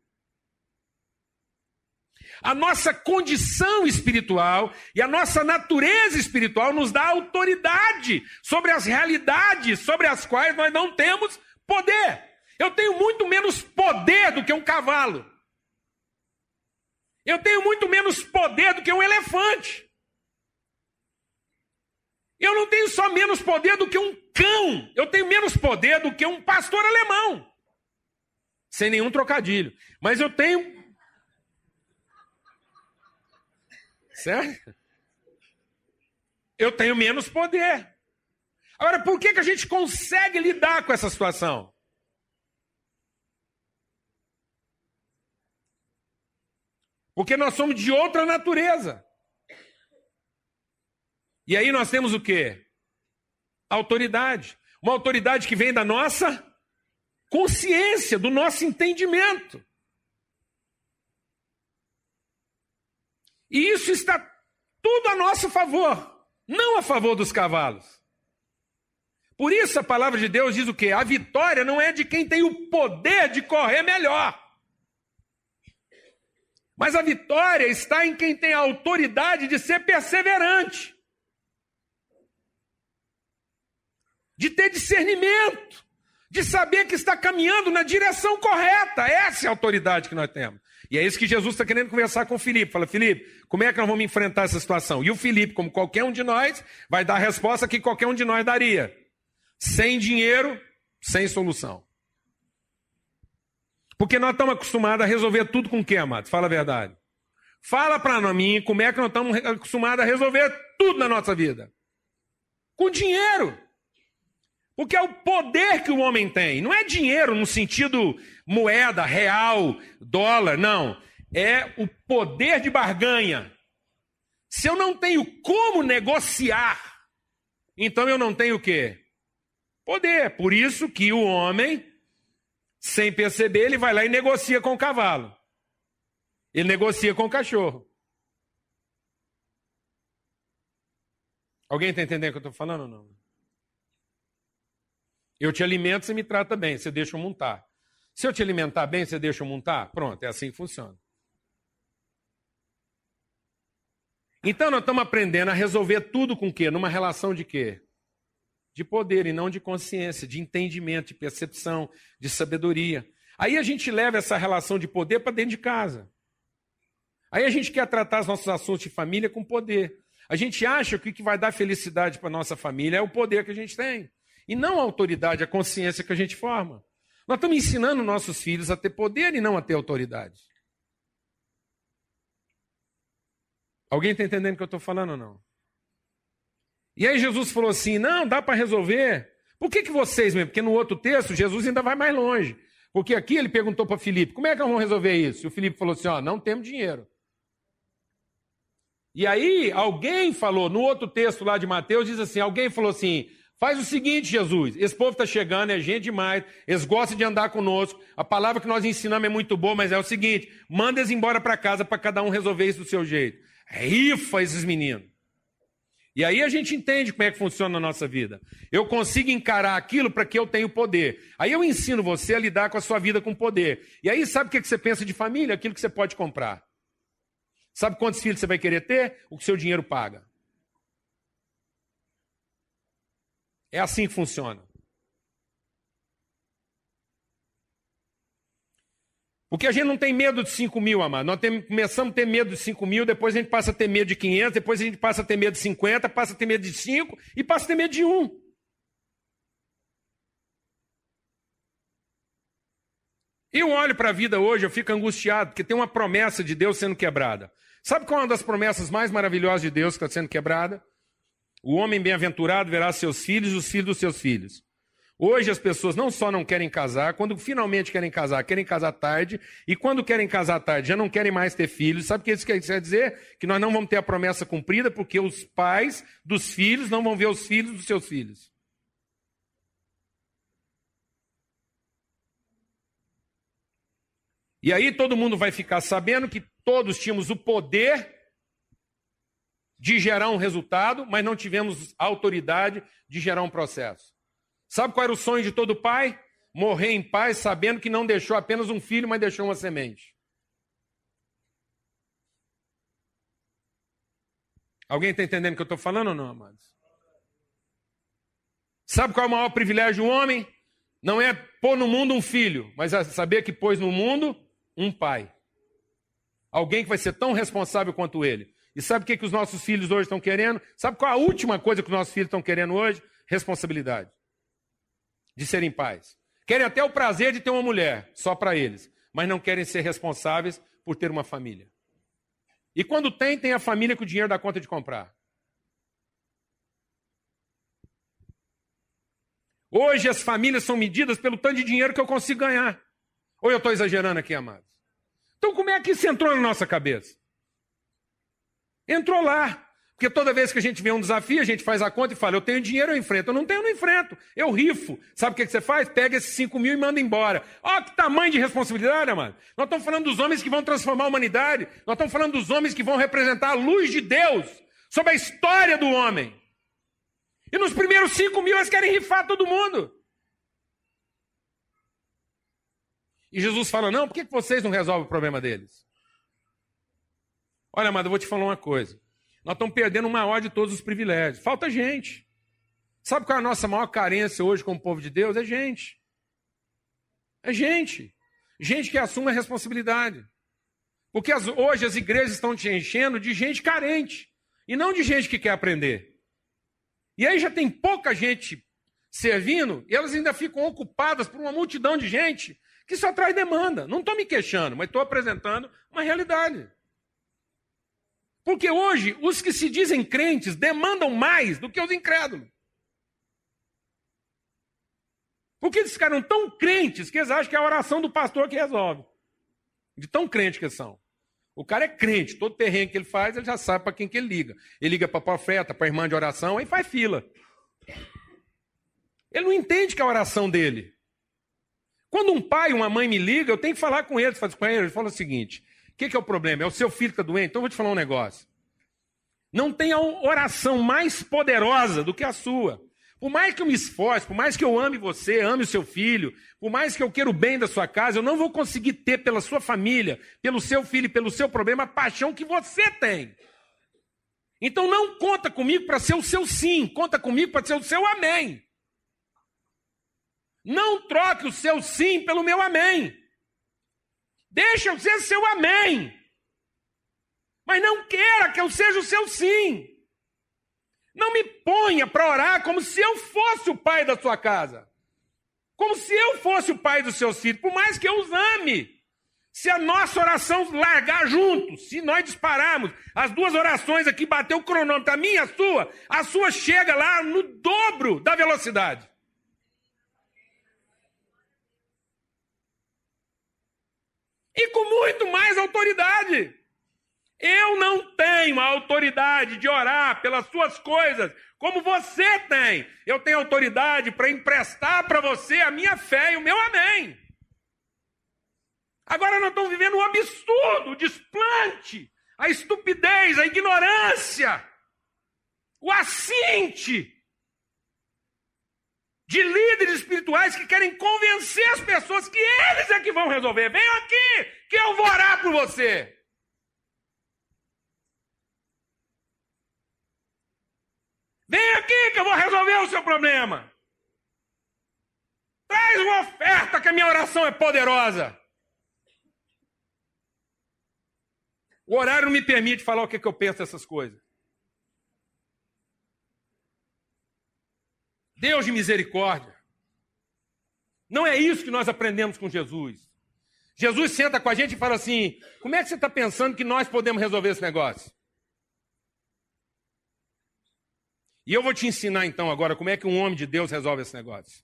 A nossa condição espiritual e a nossa natureza espiritual nos dá autoridade sobre as realidades sobre as quais nós não temos poder. Eu tenho muito menos poder do que um cavalo. Eu tenho muito menos poder do que um elefante. Eu não tenho só menos poder do que um cão. Eu tenho menos poder do que um pastor alemão. Sem nenhum trocadilho. Mas eu tenho... Certo? Eu tenho menos poder. Agora, por que que a gente consegue lidar com essa situação? Porque nós somos de outra natureza. E aí nós temos o quê? Autoridade. Uma autoridade que vem da nossa consciência, do nosso entendimento. E isso está tudo a nosso favor, não a favor dos cavalos. Por isso a palavra de Deus diz o quê? A vitória não é de quem tem o poder de correr melhor. Mas a vitória está em quem tem a autoridade de ser perseverante. De ter discernimento. De saber que está caminhando na direção correta. Essa é a autoridade que nós temos. E é isso que Jesus está querendo conversar com o Filipe. Fala, Filipe, como é que nós vamos enfrentar essa situação? E o Filipe, como qualquer um de nós, vai dar a resposta que qualquer um de nós daria. Sem dinheiro, sem solução. Porque nós estamos acostumados a resolver tudo com o quê, amados? Fala a verdade. Fala para mim como é que nós estamos acostumados a resolver tudo na nossa vida. Com dinheiro. Porque é o poder que o homem tem. Não é dinheiro no sentido moeda, real, dólar, não. É o poder de barganha. Se eu não tenho como negociar, então eu não tenho o quê? Poder. Por isso que o homem, sem perceber, ele vai lá e negocia com o cavalo. Ele negocia com o cachorro. Alguém está entendendo o que eu estou falando ou não? Eu te alimento, você me trata bem, você deixa eu montar. Se eu te alimentar bem, você deixa eu montar? Pronto, é assim que funciona. Então nós estamos aprendendo a resolver tudo com o quê? Numa relação de quê? De poder e não de consciência, de entendimento, de percepção, de sabedoria. Aí a gente leva essa relação de poder para dentro de casa. Aí a gente quer tratar os nossos assuntos de família com poder. A gente acha que o que vai dar felicidade para a nossa família é o poder que a gente tem. E não a autoridade, a consciência que a gente forma. Nós estamos ensinando nossos filhos a ter poder e não a ter autoridade. Alguém está entendendo o que eu estou falando ou não? E aí Jesus falou assim, não, dá para resolver. Por que que vocês mesmo? Porque no outro texto, Jesus ainda vai mais longe. Porque aqui ele perguntou para Filipe, como é que nós vamos resolver isso? E o Filipe falou assim, ó, não temos dinheiro. E aí alguém falou, no outro texto lá de Mateus, diz assim, alguém falou assim, faz o seguinte, Jesus, esse povo está chegando, é gente demais, eles gostam de andar conosco, a palavra que nós ensinamos é muito boa, mas é o seguinte, manda eles embora para casa para cada um resolver isso do seu jeito. Rifa esses meninos. E aí a gente entende como é que funciona na nossa vida. Eu consigo encarar aquilo para que eu tenha poder. Aí eu ensino você a lidar com a sua vida com poder. E aí sabe o que você pensa de família? Aquilo que você pode comprar. Sabe quantos filhos você vai querer ter? O que seu dinheiro paga. É assim que funciona. Porque a gente não tem medo de cinco mil, amado. Nós tem, começamos a ter medo de cinco mil, depois a gente passa a ter medo de quinhentos, depois a gente passa a ter medo de cinquenta, passa a ter medo de cinco e passa a ter medo de um. Eu olho para a vida hoje, eu fico angustiado, porque tem uma promessa de Deus sendo quebrada. Sabe qual é uma das promessas mais maravilhosas de Deus que está sendo quebrada? O homem bem-aventurado verá seus filhos e os filhos dos seus filhos. Hoje as pessoas não só não querem casar, quando finalmente querem casar, querem casar tarde, e quando querem casar tarde já não querem mais ter filhos. Sabe o que isso quer dizer? Que nós não vamos ter a promessa cumprida, porque os pais dos filhos não vão ver os filhos dos seus filhos. E aí todo mundo vai ficar sabendo que todos tínhamos o poder de gerar um resultado, mas não tivemos a autoridade de gerar um processo. Sabe qual era o sonho de todo pai? Morrer em paz, sabendo que não deixou apenas um filho, mas deixou uma semente. Alguém está entendendo o que eu estou falando ou não, amados? Sabe qual é o maior privilégio do homem? Não é pôr no mundo um filho, mas é saber que pôs no mundo um pai. Alguém que vai ser tão responsável quanto ele. E sabe o que, que os nossos filhos hoje estão querendo? Sabe qual é a última coisa que os nossos filhos estão querendo hoje? Responsabilidade. De serem pais. Querem até o prazer de ter uma mulher, só para eles. Mas não querem ser responsáveis por ter uma família. E quando tem, tem a família que o dinheiro dá conta de comprar. Hoje as famílias são medidas pelo tanto de dinheiro que eu consigo ganhar. Ou eu estou exagerando aqui, amados? Então como é que isso entrou na nossa cabeça? Entrou lá. Porque toda vez que a gente vê um desafio, a gente faz a conta e fala, eu tenho dinheiro, eu enfrento. Eu não tenho, eu não enfrento. Eu rifo. Sabe o que você faz? Pega esses cinco mil e manda embora. Olha que tamanho de responsabilidade, amado. Nós estamos falando dos homens que vão transformar a humanidade. Nós estamos falando dos homens que vão representar a luz de Deus sobre a história do homem. E nos primeiros cinco mil eles querem rifar todo mundo. E Jesus fala, não, por que vocês não resolvem o problema deles? Olha, amado, eu vou te falar uma coisa. Nós estamos perdendo o maior de todos os privilégios. Falta gente. Sabe qual é a nossa maior carência hoje como povo de Deus? É gente. É gente. Gente que assume a responsabilidade. Porque as, hoje as igrejas estão te enchendo de gente carente. E não de gente que quer aprender. E aí já tem pouca gente servindo e elas ainda ficam ocupadas por uma multidão de gente que só traz demanda. Não estou me queixando, mas estou apresentando uma realidade. Porque hoje, os que se dizem crentes demandam mais do que os incrédulos. Porque eles ficaram tão crentes que eles acham que é a oração do pastor que resolve. De tão crente que eles são. O cara é crente, todo terreno que ele faz, ele já sabe para quem que ele liga. Ele liga para a profeta, para a irmã de oração, aí faz fila. Ele não entende que é a oração dele. Quando um pai, uma mãe me liga, eu tenho que falar com eles, faço com eles, fala o seguinte... O que, que é o problema? É o seu filho que está doente? Então eu vou te falar um negócio. Não tem a oração mais poderosa do que a sua. Por mais que eu me esforce, por mais que eu ame você, ame o seu filho, por mais que eu queira o bem da sua casa, eu não vou conseguir ter pela sua família, pelo seu filho e pelo seu problema a paixão que você tem. Então não conta comigo para ser o seu sim, conta comigo para ser o seu amém. Não troque o seu sim pelo meu amém. Deixa eu ser seu amém. Mas não queira que eu seja o seu sim. Não me ponha para orar como se eu fosse o pai da sua casa. Como se eu fosse o pai dos seus filhos. Por mais que eu os ame. Se a nossa oração largar juntos, se nós dispararmos, as duas orações aqui, bater o cronômetro, a minha e a sua, a sua chega lá no dobro da velocidade. E com muito mais autoridade. Eu não tenho a autoridade de orar pelas suas coisas como você tem. Eu tenho autoridade para emprestar para você a minha fé e o meu amém. Agora nós estamos vivendo um absurdo, o desplante, a estupidez, a ignorância, o assinte de líderes espirituais que querem convencer as pessoas que eles é que vão resolver. Venham aqui, que eu vou orar por você. Venha aqui que eu vou resolver o seu problema. Traz uma oferta que a minha oração é poderosa. O horário não me permite falar o que, que eu penso dessas coisas. Deus de misericórdia. Não é isso que nós aprendemos com Jesus. Jesus senta com a gente e fala assim, como é que você está pensando que nós podemos resolver esse negócio? E eu vou te ensinar então agora como é que um homem de Deus resolve esse negócio.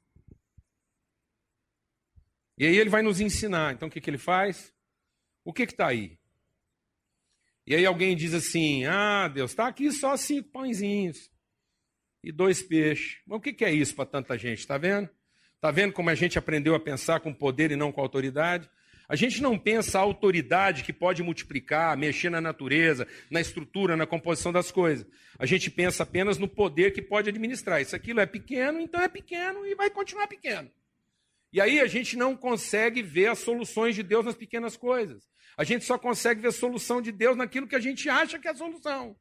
E aí ele vai nos ensinar. Então o que, que ele faz? O que está aí? E aí alguém diz assim, ah, Deus, está aqui só cinco pãezinhos e dois peixes. Mas o que, que é isso para tanta gente? Está vendo? Está vendo como a gente aprendeu a pensar com poder e não com autoridade? A gente não pensa a autoridade que pode multiplicar, mexer na natureza, na estrutura, na composição das coisas. A gente pensa apenas no poder que pode administrar. Isso aquilo é pequeno, então é pequeno e vai continuar pequeno. E aí a gente não consegue ver as soluções de Deus nas pequenas coisas. A gente só consegue ver a solução de Deus naquilo que a gente acha que é a solução.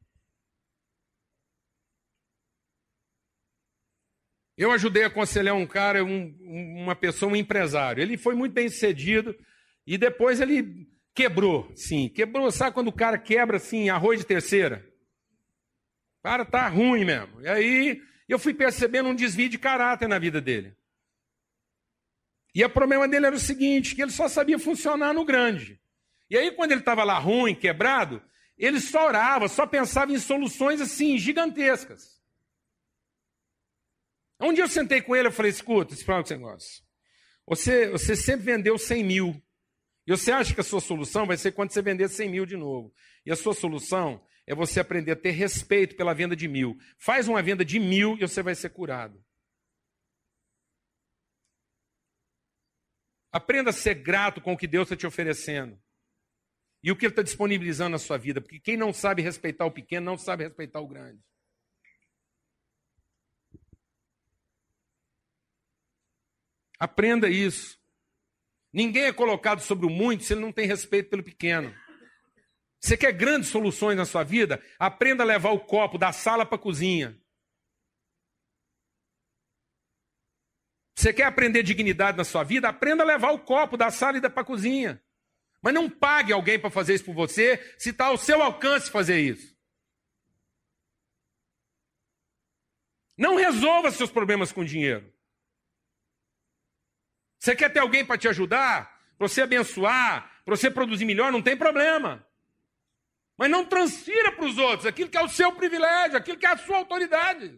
Eu ajudei a aconselhar um cara, um, uma pessoa, um empresário. Ele foi muito bem sucedido e depois ele quebrou, sim. Quebrou, sabe quando o cara quebra assim, arroz de terceira? O cara tá ruim mesmo. E aí eu fui percebendo um desvio de caráter na vida dele. E o problema dele era o seguinte, que ele só sabia funcionar no grande. E aí quando ele estava lá ruim, quebrado, ele só orava, só pensava em soluções assim, gigantescas. Um dia eu sentei com ele e falei, escuta, esse problema que você gosta. Você, você sempre vendeu cem mil. E você acha que a sua solução vai ser quando você vender cem mil de novo. E a sua solução é você aprender a ter respeito pela venda de mil. Faz uma venda de mil e você vai ser curado. Aprenda a ser grato com o que Deus está te oferecendo. E o que Ele está disponibilizando na sua vida. Porque quem não sabe respeitar o pequeno, não sabe respeitar o grande. Aprenda isso. Ninguém é colocado sobre o muito se ele não tem respeito pelo pequeno. Você quer grandes soluções na sua vida? Aprenda a levar o copo da sala para a cozinha. Você quer aprender dignidade na sua vida? Aprenda a levar o copo da sala e da para a cozinha. Mas não pague alguém para fazer isso por você, se está ao seu alcance fazer isso. Não resolva seus problemas com dinheiro. Você quer ter alguém para te ajudar, para você abençoar, para você produzir melhor, não tem problema. Mas não transfira para os outros aquilo que é o seu privilégio, aquilo que é a sua autoridade.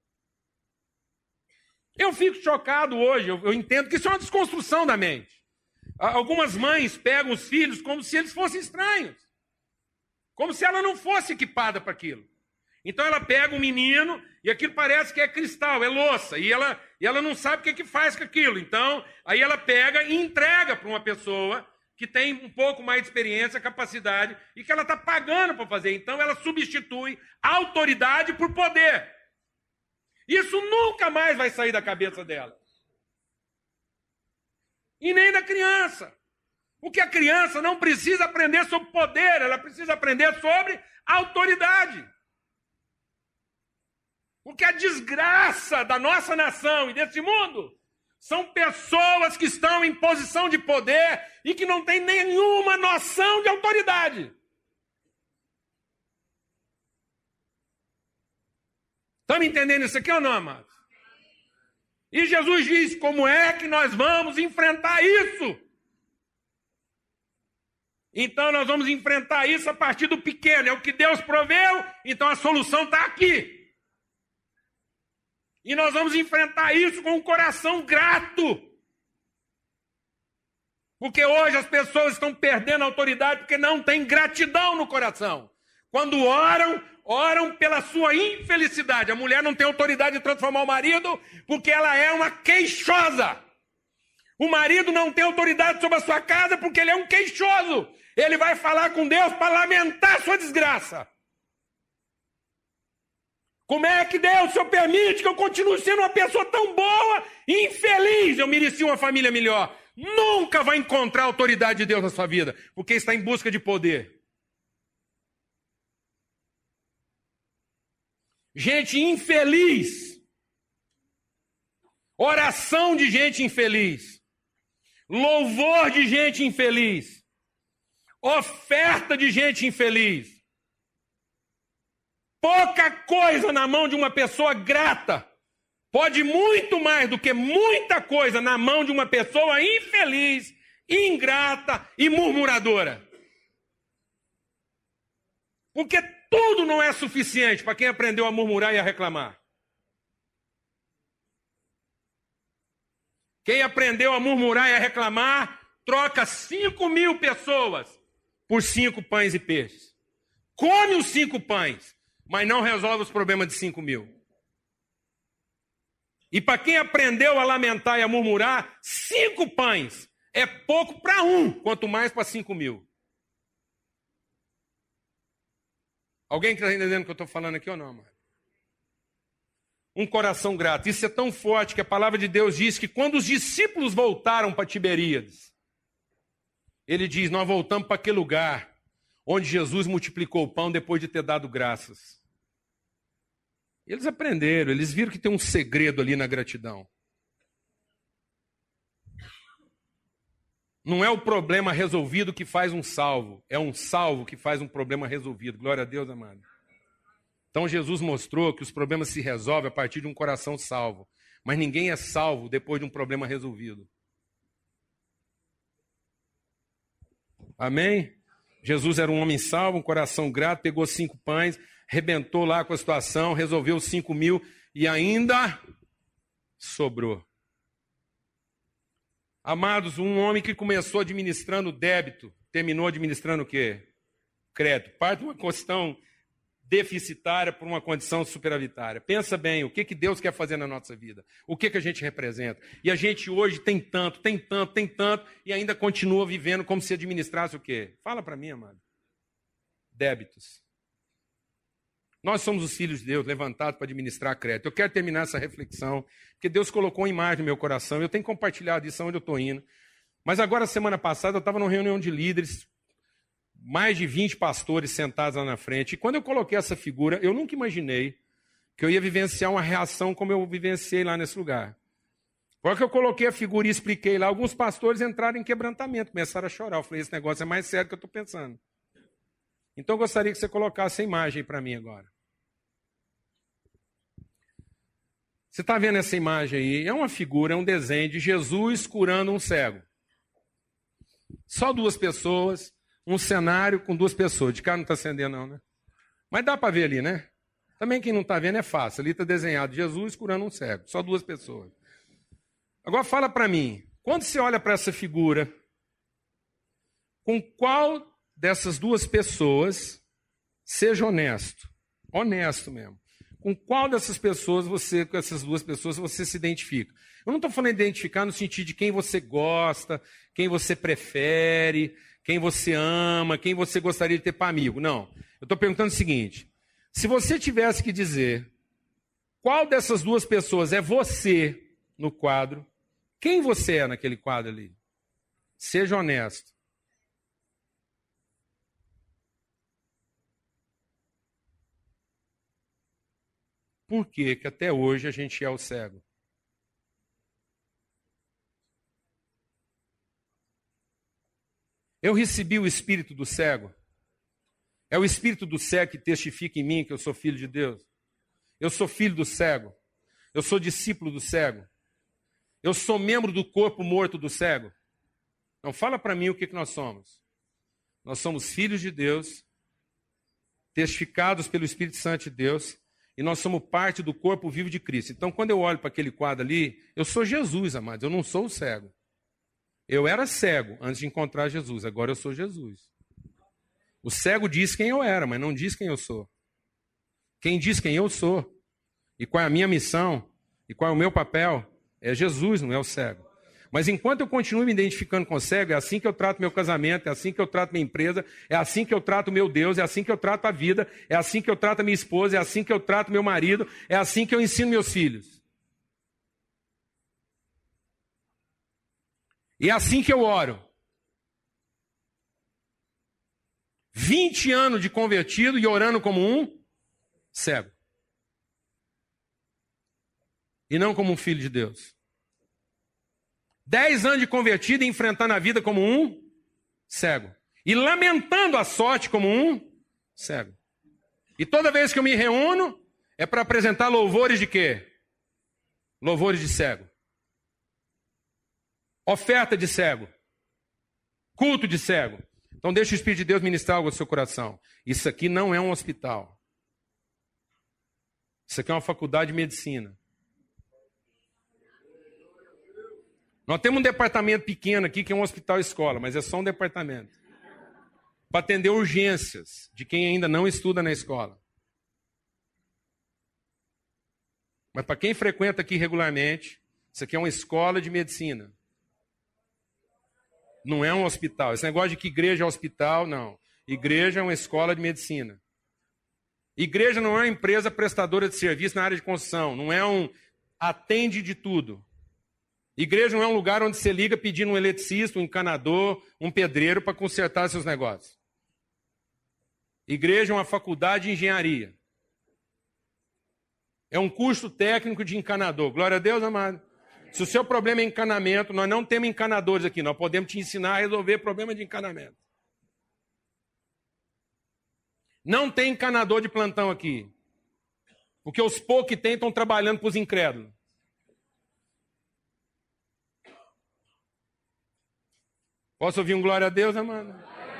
Eu fico chocado hoje, eu, eu entendo que isso é uma desconstrução da mente. Algumas mães pegam os filhos como se eles fossem estranhos. Como se ela não fosse equipada para aquilo. Então ela pega um menino e aquilo parece que é cristal, é louça. E ela, e ela não sabe o que, que faz com aquilo. Então, aí ela pega e entrega para uma pessoa que tem um pouco mais de experiência, capacidade, e que ela está pagando para fazer. Então ela substitui a autoridade por poder. Isso nunca mais vai sair da cabeça dela. E nem da criança. Porque a criança não precisa aprender sobre poder, ela precisa aprender sobre autoridade. Porque a desgraça da nossa nação e desse mundo são pessoas que estão em posição de poder e que não têm nenhuma noção de autoridade. Estão me entendendo isso aqui ou não, amados? E Jesus diz, como é que nós vamos enfrentar isso? Então nós vamos enfrentar isso a partir do pequeno. É o que Deus proveu, então a solução está aqui. E nós vamos enfrentar isso com um coração grato. Porque hoje as pessoas estão perdendo a autoridade porque não tem gratidão no coração. Quando oram, oram pela sua infelicidade. A mulher não tem autoridade de transformar o marido porque ela é uma queixosa. O marido não tem autoridade sobre a sua casa porque ele é um queixoso. Ele vai falar com Deus para lamentar a sua desgraça. Como é que Deus, o Senhor permite que eu continue sendo uma pessoa tão boa e infeliz? Eu mereci uma família melhor. Nunca vai encontrar a autoridade de Deus na sua vida, porque está em busca de poder. Gente infeliz. Oração de gente infeliz. Louvor de gente infeliz. Oferta de gente infeliz. Pouca coisa na mão de uma pessoa grata pode muito mais do que muita coisa na mão de uma pessoa infeliz, ingrata e murmuradora. Porque tudo não é suficiente para quem aprendeu a murmurar e a reclamar. Quem aprendeu a murmurar e a reclamar, troca cinco mil pessoas por cinco pães e peixes. Come os cinco pães, mas não resolve os problemas de cinco mil. E para quem aprendeu a lamentar e a murmurar, cinco pães é pouco para um, quanto mais para cinco mil. Alguém que está entendendo o que eu estou falando aqui ou não, mano? Um coração grato. Isso é tão forte que a palavra de Deus diz que quando os discípulos voltaram para Tiberíades, ele diz, nós voltamos para aquele lugar onde Jesus multiplicou o pão depois de ter dado graças. Eles aprenderam, eles viram que tem um segredo ali na gratidão. Não é o problema resolvido que faz um salvo, é um salvo que faz um problema resolvido. Glória a Deus, amado. Então Jesus mostrou que os problemas se resolvem a partir de um coração salvo. Mas ninguém é salvo depois de um problema resolvido. Amém? Jesus era um homem salvo, um coração grato, pegou cinco pães, arrebentou lá com a situação, resolveu os cinco mil e ainda sobrou. Amados, um homem que começou administrando débito, terminou administrando o quê? Crédito. Parte de uma questão deficitária por uma condição superavitária. Pensa bem, o que, que Deus quer fazer na nossa vida? O que, que a gente representa? E a gente hoje tem tanto, tem tanto, tem tanto, e ainda continua vivendo como se administrasse o quê? Fala para mim, amado. Débitos. Nós somos os filhos de Deus, levantados para administrar crédito. Eu quero terminar essa reflexão, porque Deus colocou uma imagem no meu coração, eu tenho compartilhado isso onde eu estou indo. Mas agora, semana passada, eu estava numa reunião de líderes, mais de vinte pastores sentados lá na frente, e quando eu coloquei essa figura, eu nunca imaginei que eu ia vivenciar uma reação como eu vivenciei lá nesse lugar. Quando eu coloquei a figura e expliquei lá, alguns pastores entraram em quebrantamento, começaram a chorar. Eu falei, esse negócio é mais sério do que eu estou pensando. Então eu gostaria que você colocasse a imagem para mim agora. Você está vendo essa imagem aí? É uma figura, é um desenho de Jesus curando um cego. Só duas pessoas, um cenário com duas pessoas. De cá não está acendendo não, né? Mas dá para ver ali, né? Também quem não está vendo é fácil. Ali está desenhado Jesus curando um cego. Só duas pessoas. Agora fala para mim, quando você olha para essa figura, com qual dessas duas pessoas, seja honesto, honesto mesmo, com qual dessas pessoas você, com essas duas pessoas, você se identifica? Eu não estou falando de identificar no sentido de quem você gosta, quem você prefere, quem você ama, quem você gostaria de ter para amigo. Não. Eu estou perguntando o seguinte, se você tivesse que dizer qual dessas duas pessoas é você no quadro, quem você é naquele quadro ali? Seja honesto. Por que que até hoje a gente é o cego? Eu recebi o espírito do cego. É o espírito do cego que testifica em mim que eu sou filho de Deus. Eu sou filho do cego. Eu sou discípulo do cego. Eu sou membro do corpo morto do cego. Então fala para mim o que, que nós somos. Nós somos filhos de Deus, testificados pelo Espírito Santo de Deus, e nós somos parte do corpo vivo de Cristo. Então, quando eu olho para aquele quadro ali, eu sou Jesus, amados, eu não sou o cego. Eu era cego antes de encontrar Jesus, agora eu sou Jesus. O cego diz quem eu era, mas não diz quem eu sou. Quem diz quem eu sou, e qual é a minha missão, e qual é o meu papel, é Jesus, não é o cego. Mas enquanto eu continuo me identificando com o cego, é assim que eu trato meu casamento, é assim que eu trato minha empresa, é assim que eu trato meu Deus, é assim que eu trato a vida, é assim que eu trato a minha esposa, é assim que eu trato meu marido, é assim que eu ensino meus filhos. E é assim que eu oro. vinte anos de convertido e orando como um cego. E não como um filho de Deus. Dez anos de convertido e enfrentando a vida como um cego. e lamentando a sorte como um cego. E toda vez que eu me reúno, é para apresentar louvores de quê? Louvores de cego. Oferta de cego. Culto de cego. Então deixa o Espírito de Deus ministrar algo ao seu coração. Isso aqui não é um hospital. Isso aqui é uma faculdade de medicina. Nós temos um departamento pequeno aqui que é um hospital-escola, mas é só um departamento. Para atender urgências de quem ainda não estuda na escola. Mas para quem frequenta aqui regularmente, isso aqui é uma escola de medicina. Não é um hospital. Esse negócio de que igreja é hospital, não. Igreja é uma escola de medicina. Igreja não é uma empresa prestadora de serviço na área de construção. Não é um atende de tudo. Igreja não é um lugar onde você liga pedindo um eletricista, um encanador, um pedreiro para consertar seus negócios. Igreja é uma faculdade de engenharia. É um curso técnico de encanador. Glória a Deus, amado. Se o seu problema é encanamento, nós não temos encanadores aqui. Nós podemos te ensinar a resolver problema de encanamento. Não tem encanador de plantão aqui. Porque os poucos que tem estão trabalhando para os incrédulos. Posso ouvir um glória a Deus, amado?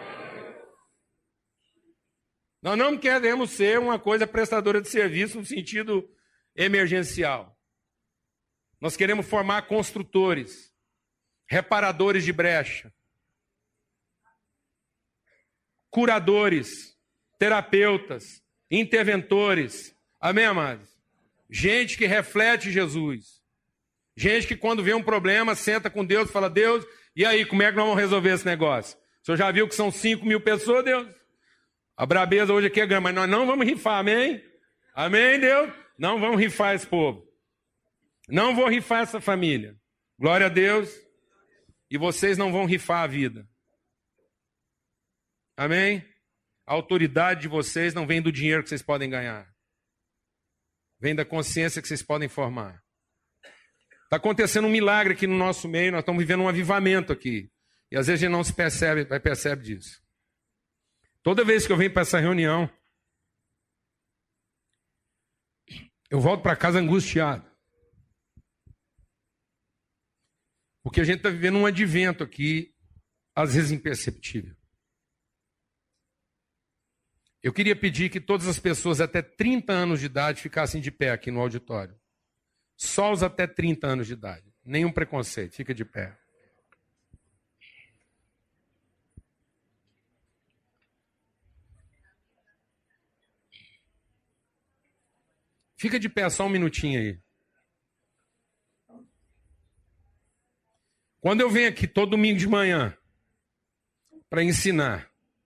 Nós não queremos ser uma coisa prestadora de serviço no sentido emergencial. Nós queremos formar construtores, reparadores de brecha, curadores, terapeutas, interventores. Amém, amados? Gente que reflete Jesus. Gente que quando vê um problema, senta com Deus e fala, Deus, e aí, como é que nós vamos resolver esse negócio? O senhor já viu que são cinco mil pessoas, Deus? A brabeza hoje aqui é grande, mas nós não vamos rifar, amém? Amém, Deus? Não vamos rifar esse povo. Não vou rifar essa família. Glória a Deus. E vocês não vão rifar a vida. Amém? A autoridade de vocês não vem do dinheiro que vocês podem ganhar. Vem da consciência que vocês podem formar. Está acontecendo um milagre aqui no nosso meio, nós estamos vivendo um avivamento aqui. E às vezes a gente não se percebe, percebe disso. Toda vez que eu venho para essa reunião, eu volto para casa angustiado. Porque a gente está vivendo um advento aqui, às vezes imperceptível. Eu queria pedir que todas as pessoas até trinta anos de idade ficassem de pé aqui no auditório. Só os até trinta anos de idade. Nenhum preconceito, fica de pé. Fica de pé só um minutinho aí. Quando eu venho aqui todo domingo de manhã para ensinar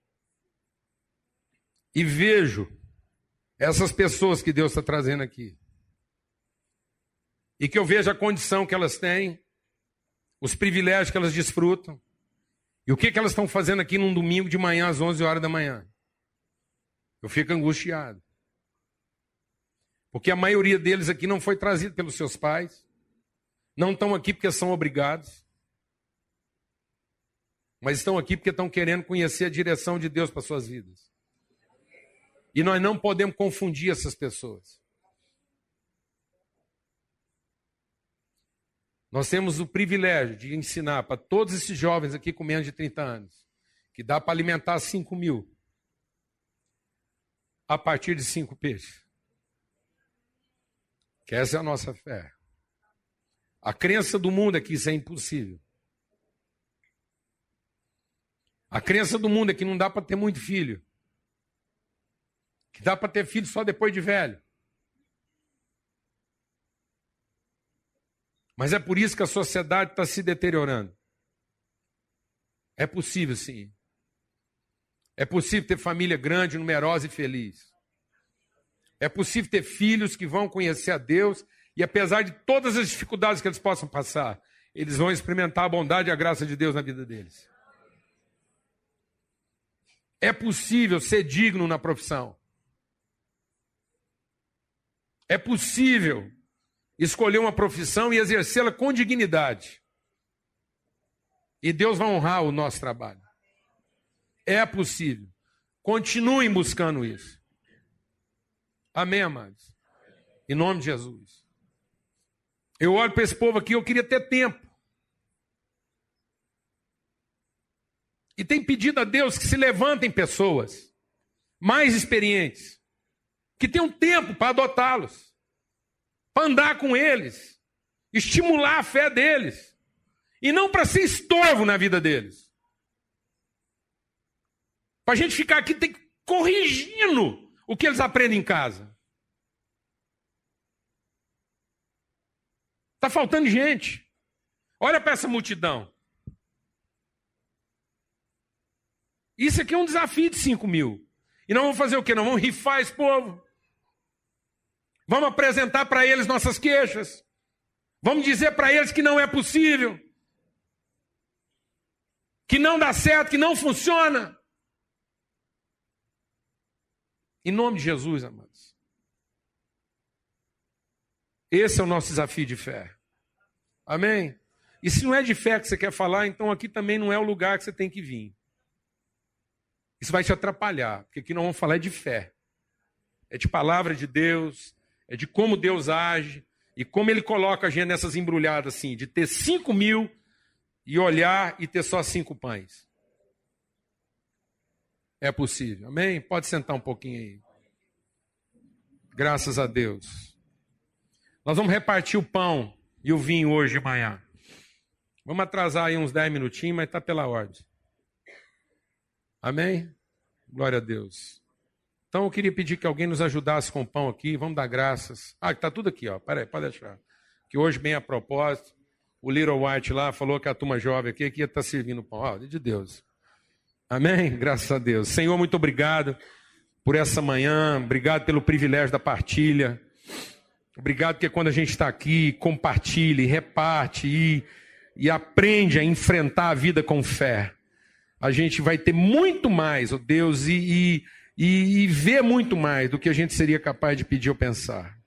e vejo essas pessoas que Deus está trazendo aqui e que eu vejo a condição que elas têm, os privilégios que elas desfrutam e o que, que elas estão fazendo aqui num domingo de manhã às onze horas da manhã, eu fico angustiado. Porque a maioria deles aqui não foi trazido pelos seus pais, não estão aqui porque são obrigados, mas estão aqui porque estão querendo conhecer a direção de Deus para suas vidas. E nós não podemos confundir essas pessoas. Nós temos o privilégio de ensinar para todos esses jovens aqui com menos de trinta anos, que dá para alimentar cinco mil a partir de cinco peixes. Que essa é a nossa fé. A crença do mundo é que isso é impossível. A crença do mundo é que não dá para ter muito filho. Que dá para ter filho só depois de velho. Mas é por isso que a sociedade está se deteriorando. É possível, sim. É possível ter família grande, numerosa e feliz. É possível ter filhos que vão conhecer a Deus e, apesar de todas as dificuldades que eles possam passar, eles vão experimentar a bondade e a graça de Deus na vida deles. É possível ser digno na profissão. É possível escolher uma profissão e exercê-la com dignidade. E Deus vai honrar o nosso trabalho. É possível. Continuem buscando isso. Amém, amados? Em nome de Jesus. Eu olho para esse povo aqui, eu queria ter tempo. E tem pedido a Deus que se levantem pessoas mais experientes, que tenham tempo para adotá-los, para andar com eles, estimular a fé deles, e não para ser estorvo na vida deles. Para a gente ficar aqui tem que corrigindo o que eles aprendem em casa. Está faltando gente. Olha para essa multidão. Isso aqui é um desafio de cinco mil. E nós vamos fazer o quê? Nós vamos rifar esse povo. Vamos apresentar para eles nossas queixas. Vamos dizer para eles que não é possível. Que não dá certo, que não funciona. Em nome de Jesus, amados. Esse é o nosso desafio de fé. Amém? E se não é de fé que você quer falar, então aqui também não é o lugar que você tem que vir. Isso vai te atrapalhar, porque aqui nós vamos falar de fé. É de palavra de Deus, é de como Deus age, e como Ele coloca a gente nessas embrulhadas assim, de ter cinco mil e olhar e ter só cinco pães. É possível, amém? Pode sentar um pouquinho aí. Graças a Deus. Nós vamos repartir o pão e o vinho hoje de manhã. Vamos atrasar aí uns dez minutinhos, mas está pela ordem. Amém? Glória a Deus. Então eu queria pedir que alguém nos ajudasse com o pão aqui. Vamos dar graças. Ah, está tudo aqui, ó. Peraí, pode deixar. Que hoje, bem a propósito, o Little White lá falou que a turma jovem aqui que ia estar servindo pão. Ó, de Deus. Amém? Graças a Deus. Senhor, muito obrigado por essa manhã. Obrigado pelo privilégio da partilha. Obrigado porque quando a gente está aqui, compartilha e reparte e, e aprende a enfrentar a vida com fé, a gente vai ter muito mais, ó Deus, e, e, e ver muito mais do que a gente seria capaz de pedir ou pensar.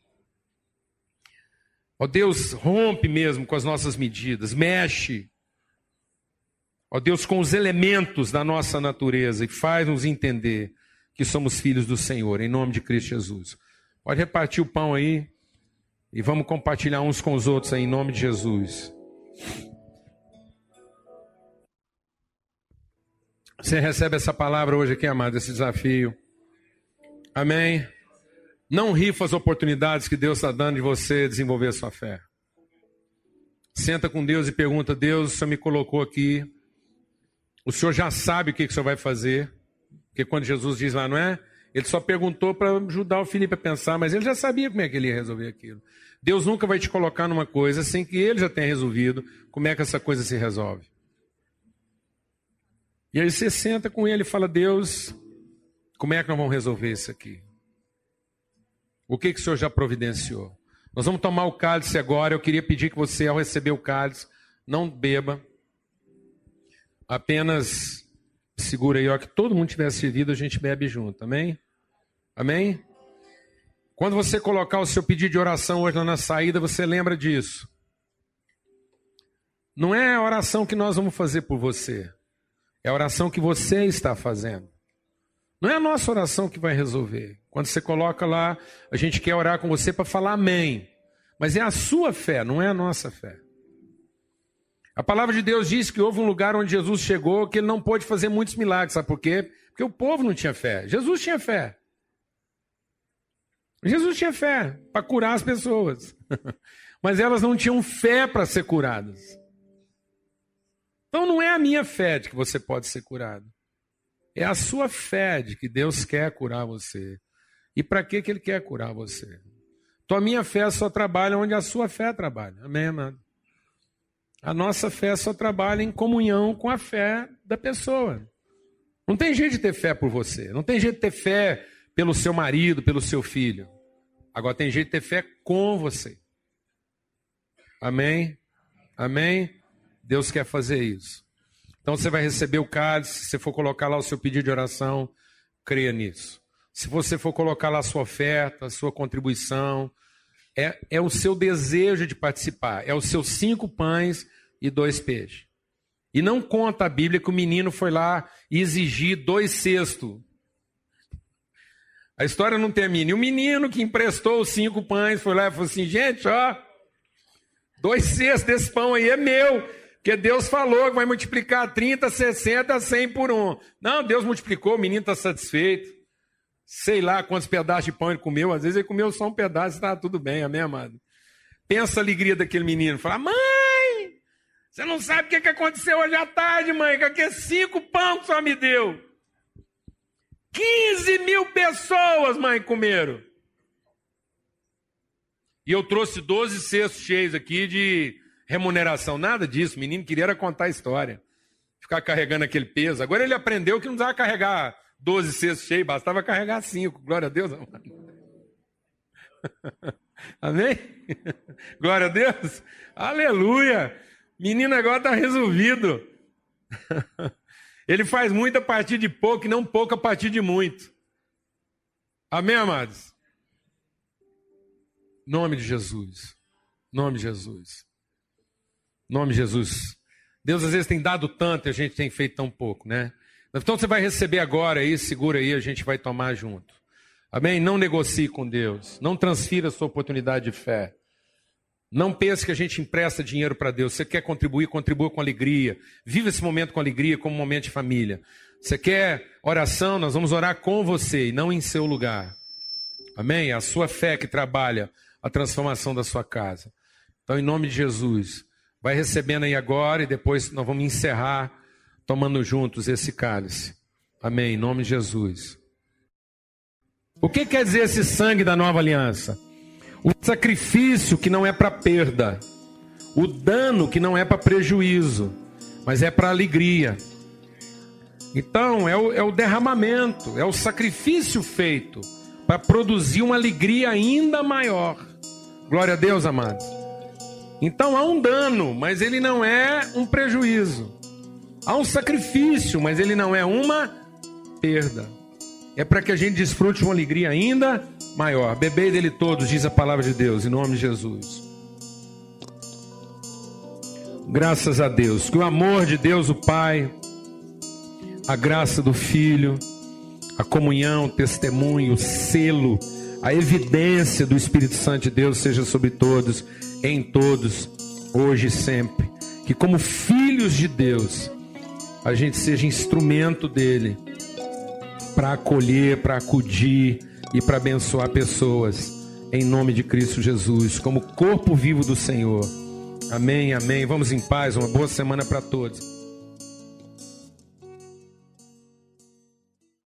Ó Deus, rompe mesmo com as nossas medidas, mexe, ó Deus, com os elementos da nossa natureza e faz-nos entender que somos filhos do Senhor, em nome de Cristo Jesus. Pode repartir o pão aí e vamos compartilhar uns com os outros aí, em nome de Jesus. Você recebe essa palavra hoje aqui, amado, esse desafio. Amém? Não rifa as oportunidades que Deus está dando de você desenvolver a sua fé. Senta com Deus e pergunta: Deus, o Senhor me colocou aqui. O Senhor já sabe o que, que o Senhor vai fazer. Porque quando Jesus diz lá, não é? Ele só perguntou para ajudar o Filipe a pensar, mas ele já sabia como é que ele ia resolver aquilo. Deus nunca vai te colocar numa coisa sem que ele já tenha resolvido como é que essa coisa se resolve. E aí você senta com ele e fala: Deus, como é que nós vamos resolver isso aqui? O que, que o Senhor já providenciou? Nós vamos tomar o cálice agora. Eu queria pedir que você, ao receber o cálice, não beba. Apenas segura aí, ó, que todo mundo tiver servido, a gente bebe junto, amém? Amém? Quando você colocar o seu pedido de oração hoje lá na saída, você lembra disso. Não é a oração que nós vamos fazer por você. É a oração que você está fazendo. Não é a nossa oração que vai resolver. Quando você coloca lá, a gente quer orar com você para falar amém. Mas é a sua fé, não é a nossa fé. A palavra de Deus diz que houve um lugar onde Jesus chegou que ele não pôde fazer muitos milagres. Sabe por quê? Porque o povo não tinha fé. Jesus tinha fé. Jesus tinha fé para curar as pessoas. Mas elas não tinham fé para ser curadas. Então não é a minha fé de que você pode ser curado. É a sua fé de que Deus quer curar você. E para que que Ele quer curar você? Então a minha fé só trabalha onde a sua fé trabalha. Amém, amado? A nossa fé só trabalha em comunhão com a fé da pessoa. Não tem jeito de ter fé por você. Não tem jeito de ter fé pelo seu marido, pelo seu filho. Agora tem jeito de ter fé com você. Amém? Amém? Deus quer fazer isso. Então você vai receber o cálice, se você for colocar lá o seu pedido de oração, creia nisso. Se você for colocar lá a sua oferta, a sua contribuição, é, é o seu desejo de participar, é os seus cinco pães e dois peixes. E não conta a Bíblia que o menino foi lá exigir dois cestos. A história não termina. E o menino que emprestou os cinco pães foi lá e falou assim, gente, ó, dois cestos desse pão aí é meu, porque Deus falou que vai multiplicar trinta, sessenta, cem por um. Não, Deus multiplicou, o menino está satisfeito. Sei lá quantos pedaços de pão ele comeu, às vezes ele comeu só um pedaço e estava tudo bem, amém, amado? Pensa a alegria daquele menino, fala, mãe, você não sabe o que aconteceu hoje à tarde, mãe, que aqueles cinco pão que só me deu. quinze mil pessoas, mãe, comeram. E eu trouxe doze cestos cheios aqui de remuneração. Nada disso, o menino queria era contar a história. Ficar carregando aquele peso. Agora ele aprendeu que não precisava carregar doze cestos cheios, bastava carregar cinco. Glória a Deus, amado. Amém? Glória a Deus. Aleluia. Menino agora está resolvido. Ele faz muito a partir de pouco e não pouco a partir de muito. Amém, amados? Nome de Jesus. Nome de Jesus. Nome de Jesus. Deus às vezes tem dado tanto e a gente tem feito tão pouco, né? Então você vai receber agora aí, segura aí, a gente vai tomar junto. Amém? Não negocie com Deus. Não transfira a sua oportunidade de fé. Não pense que a gente empresta dinheiro para Deus. Você quer contribuir, contribua com alegria. Viva esse momento com alegria, como um momento de família. Você quer oração? Nós vamos orar com você e não em seu lugar. Amém? É a sua fé que trabalha a transformação da sua casa. Então, em nome de Jesus, vai recebendo aí agora e depois nós vamos encerrar tomando juntos esse cálice. Amém? Em nome de Jesus. O que quer dizer esse sangue da nova aliança? O sacrifício que não é para perda, o dano que não é para prejuízo, mas é para alegria. Então é o, é o derramamento, é o sacrifício feito para produzir uma alegria ainda maior. Glória a Deus, amados. Então há um dano, mas ele não é um prejuízo. Há um sacrifício, mas ele não é uma perda. É para que a gente desfrute de uma alegria ainda maior. Bebei dele todos, diz a palavra de Deus, em nome de Jesus. Graças a Deus. Que o amor de Deus, o Pai, a graça do Filho, a comunhão, o testemunho, o selo, a evidência do Espírito Santo de Deus seja sobre todos, em todos, hoje e sempre. Que como filhos de Deus, a gente seja instrumento dele para acolher, para acudir e para abençoar pessoas, em nome de Cristo Jesus, como corpo vivo do Senhor. Amém, amém. Vamos em paz, uma boa semana para todos.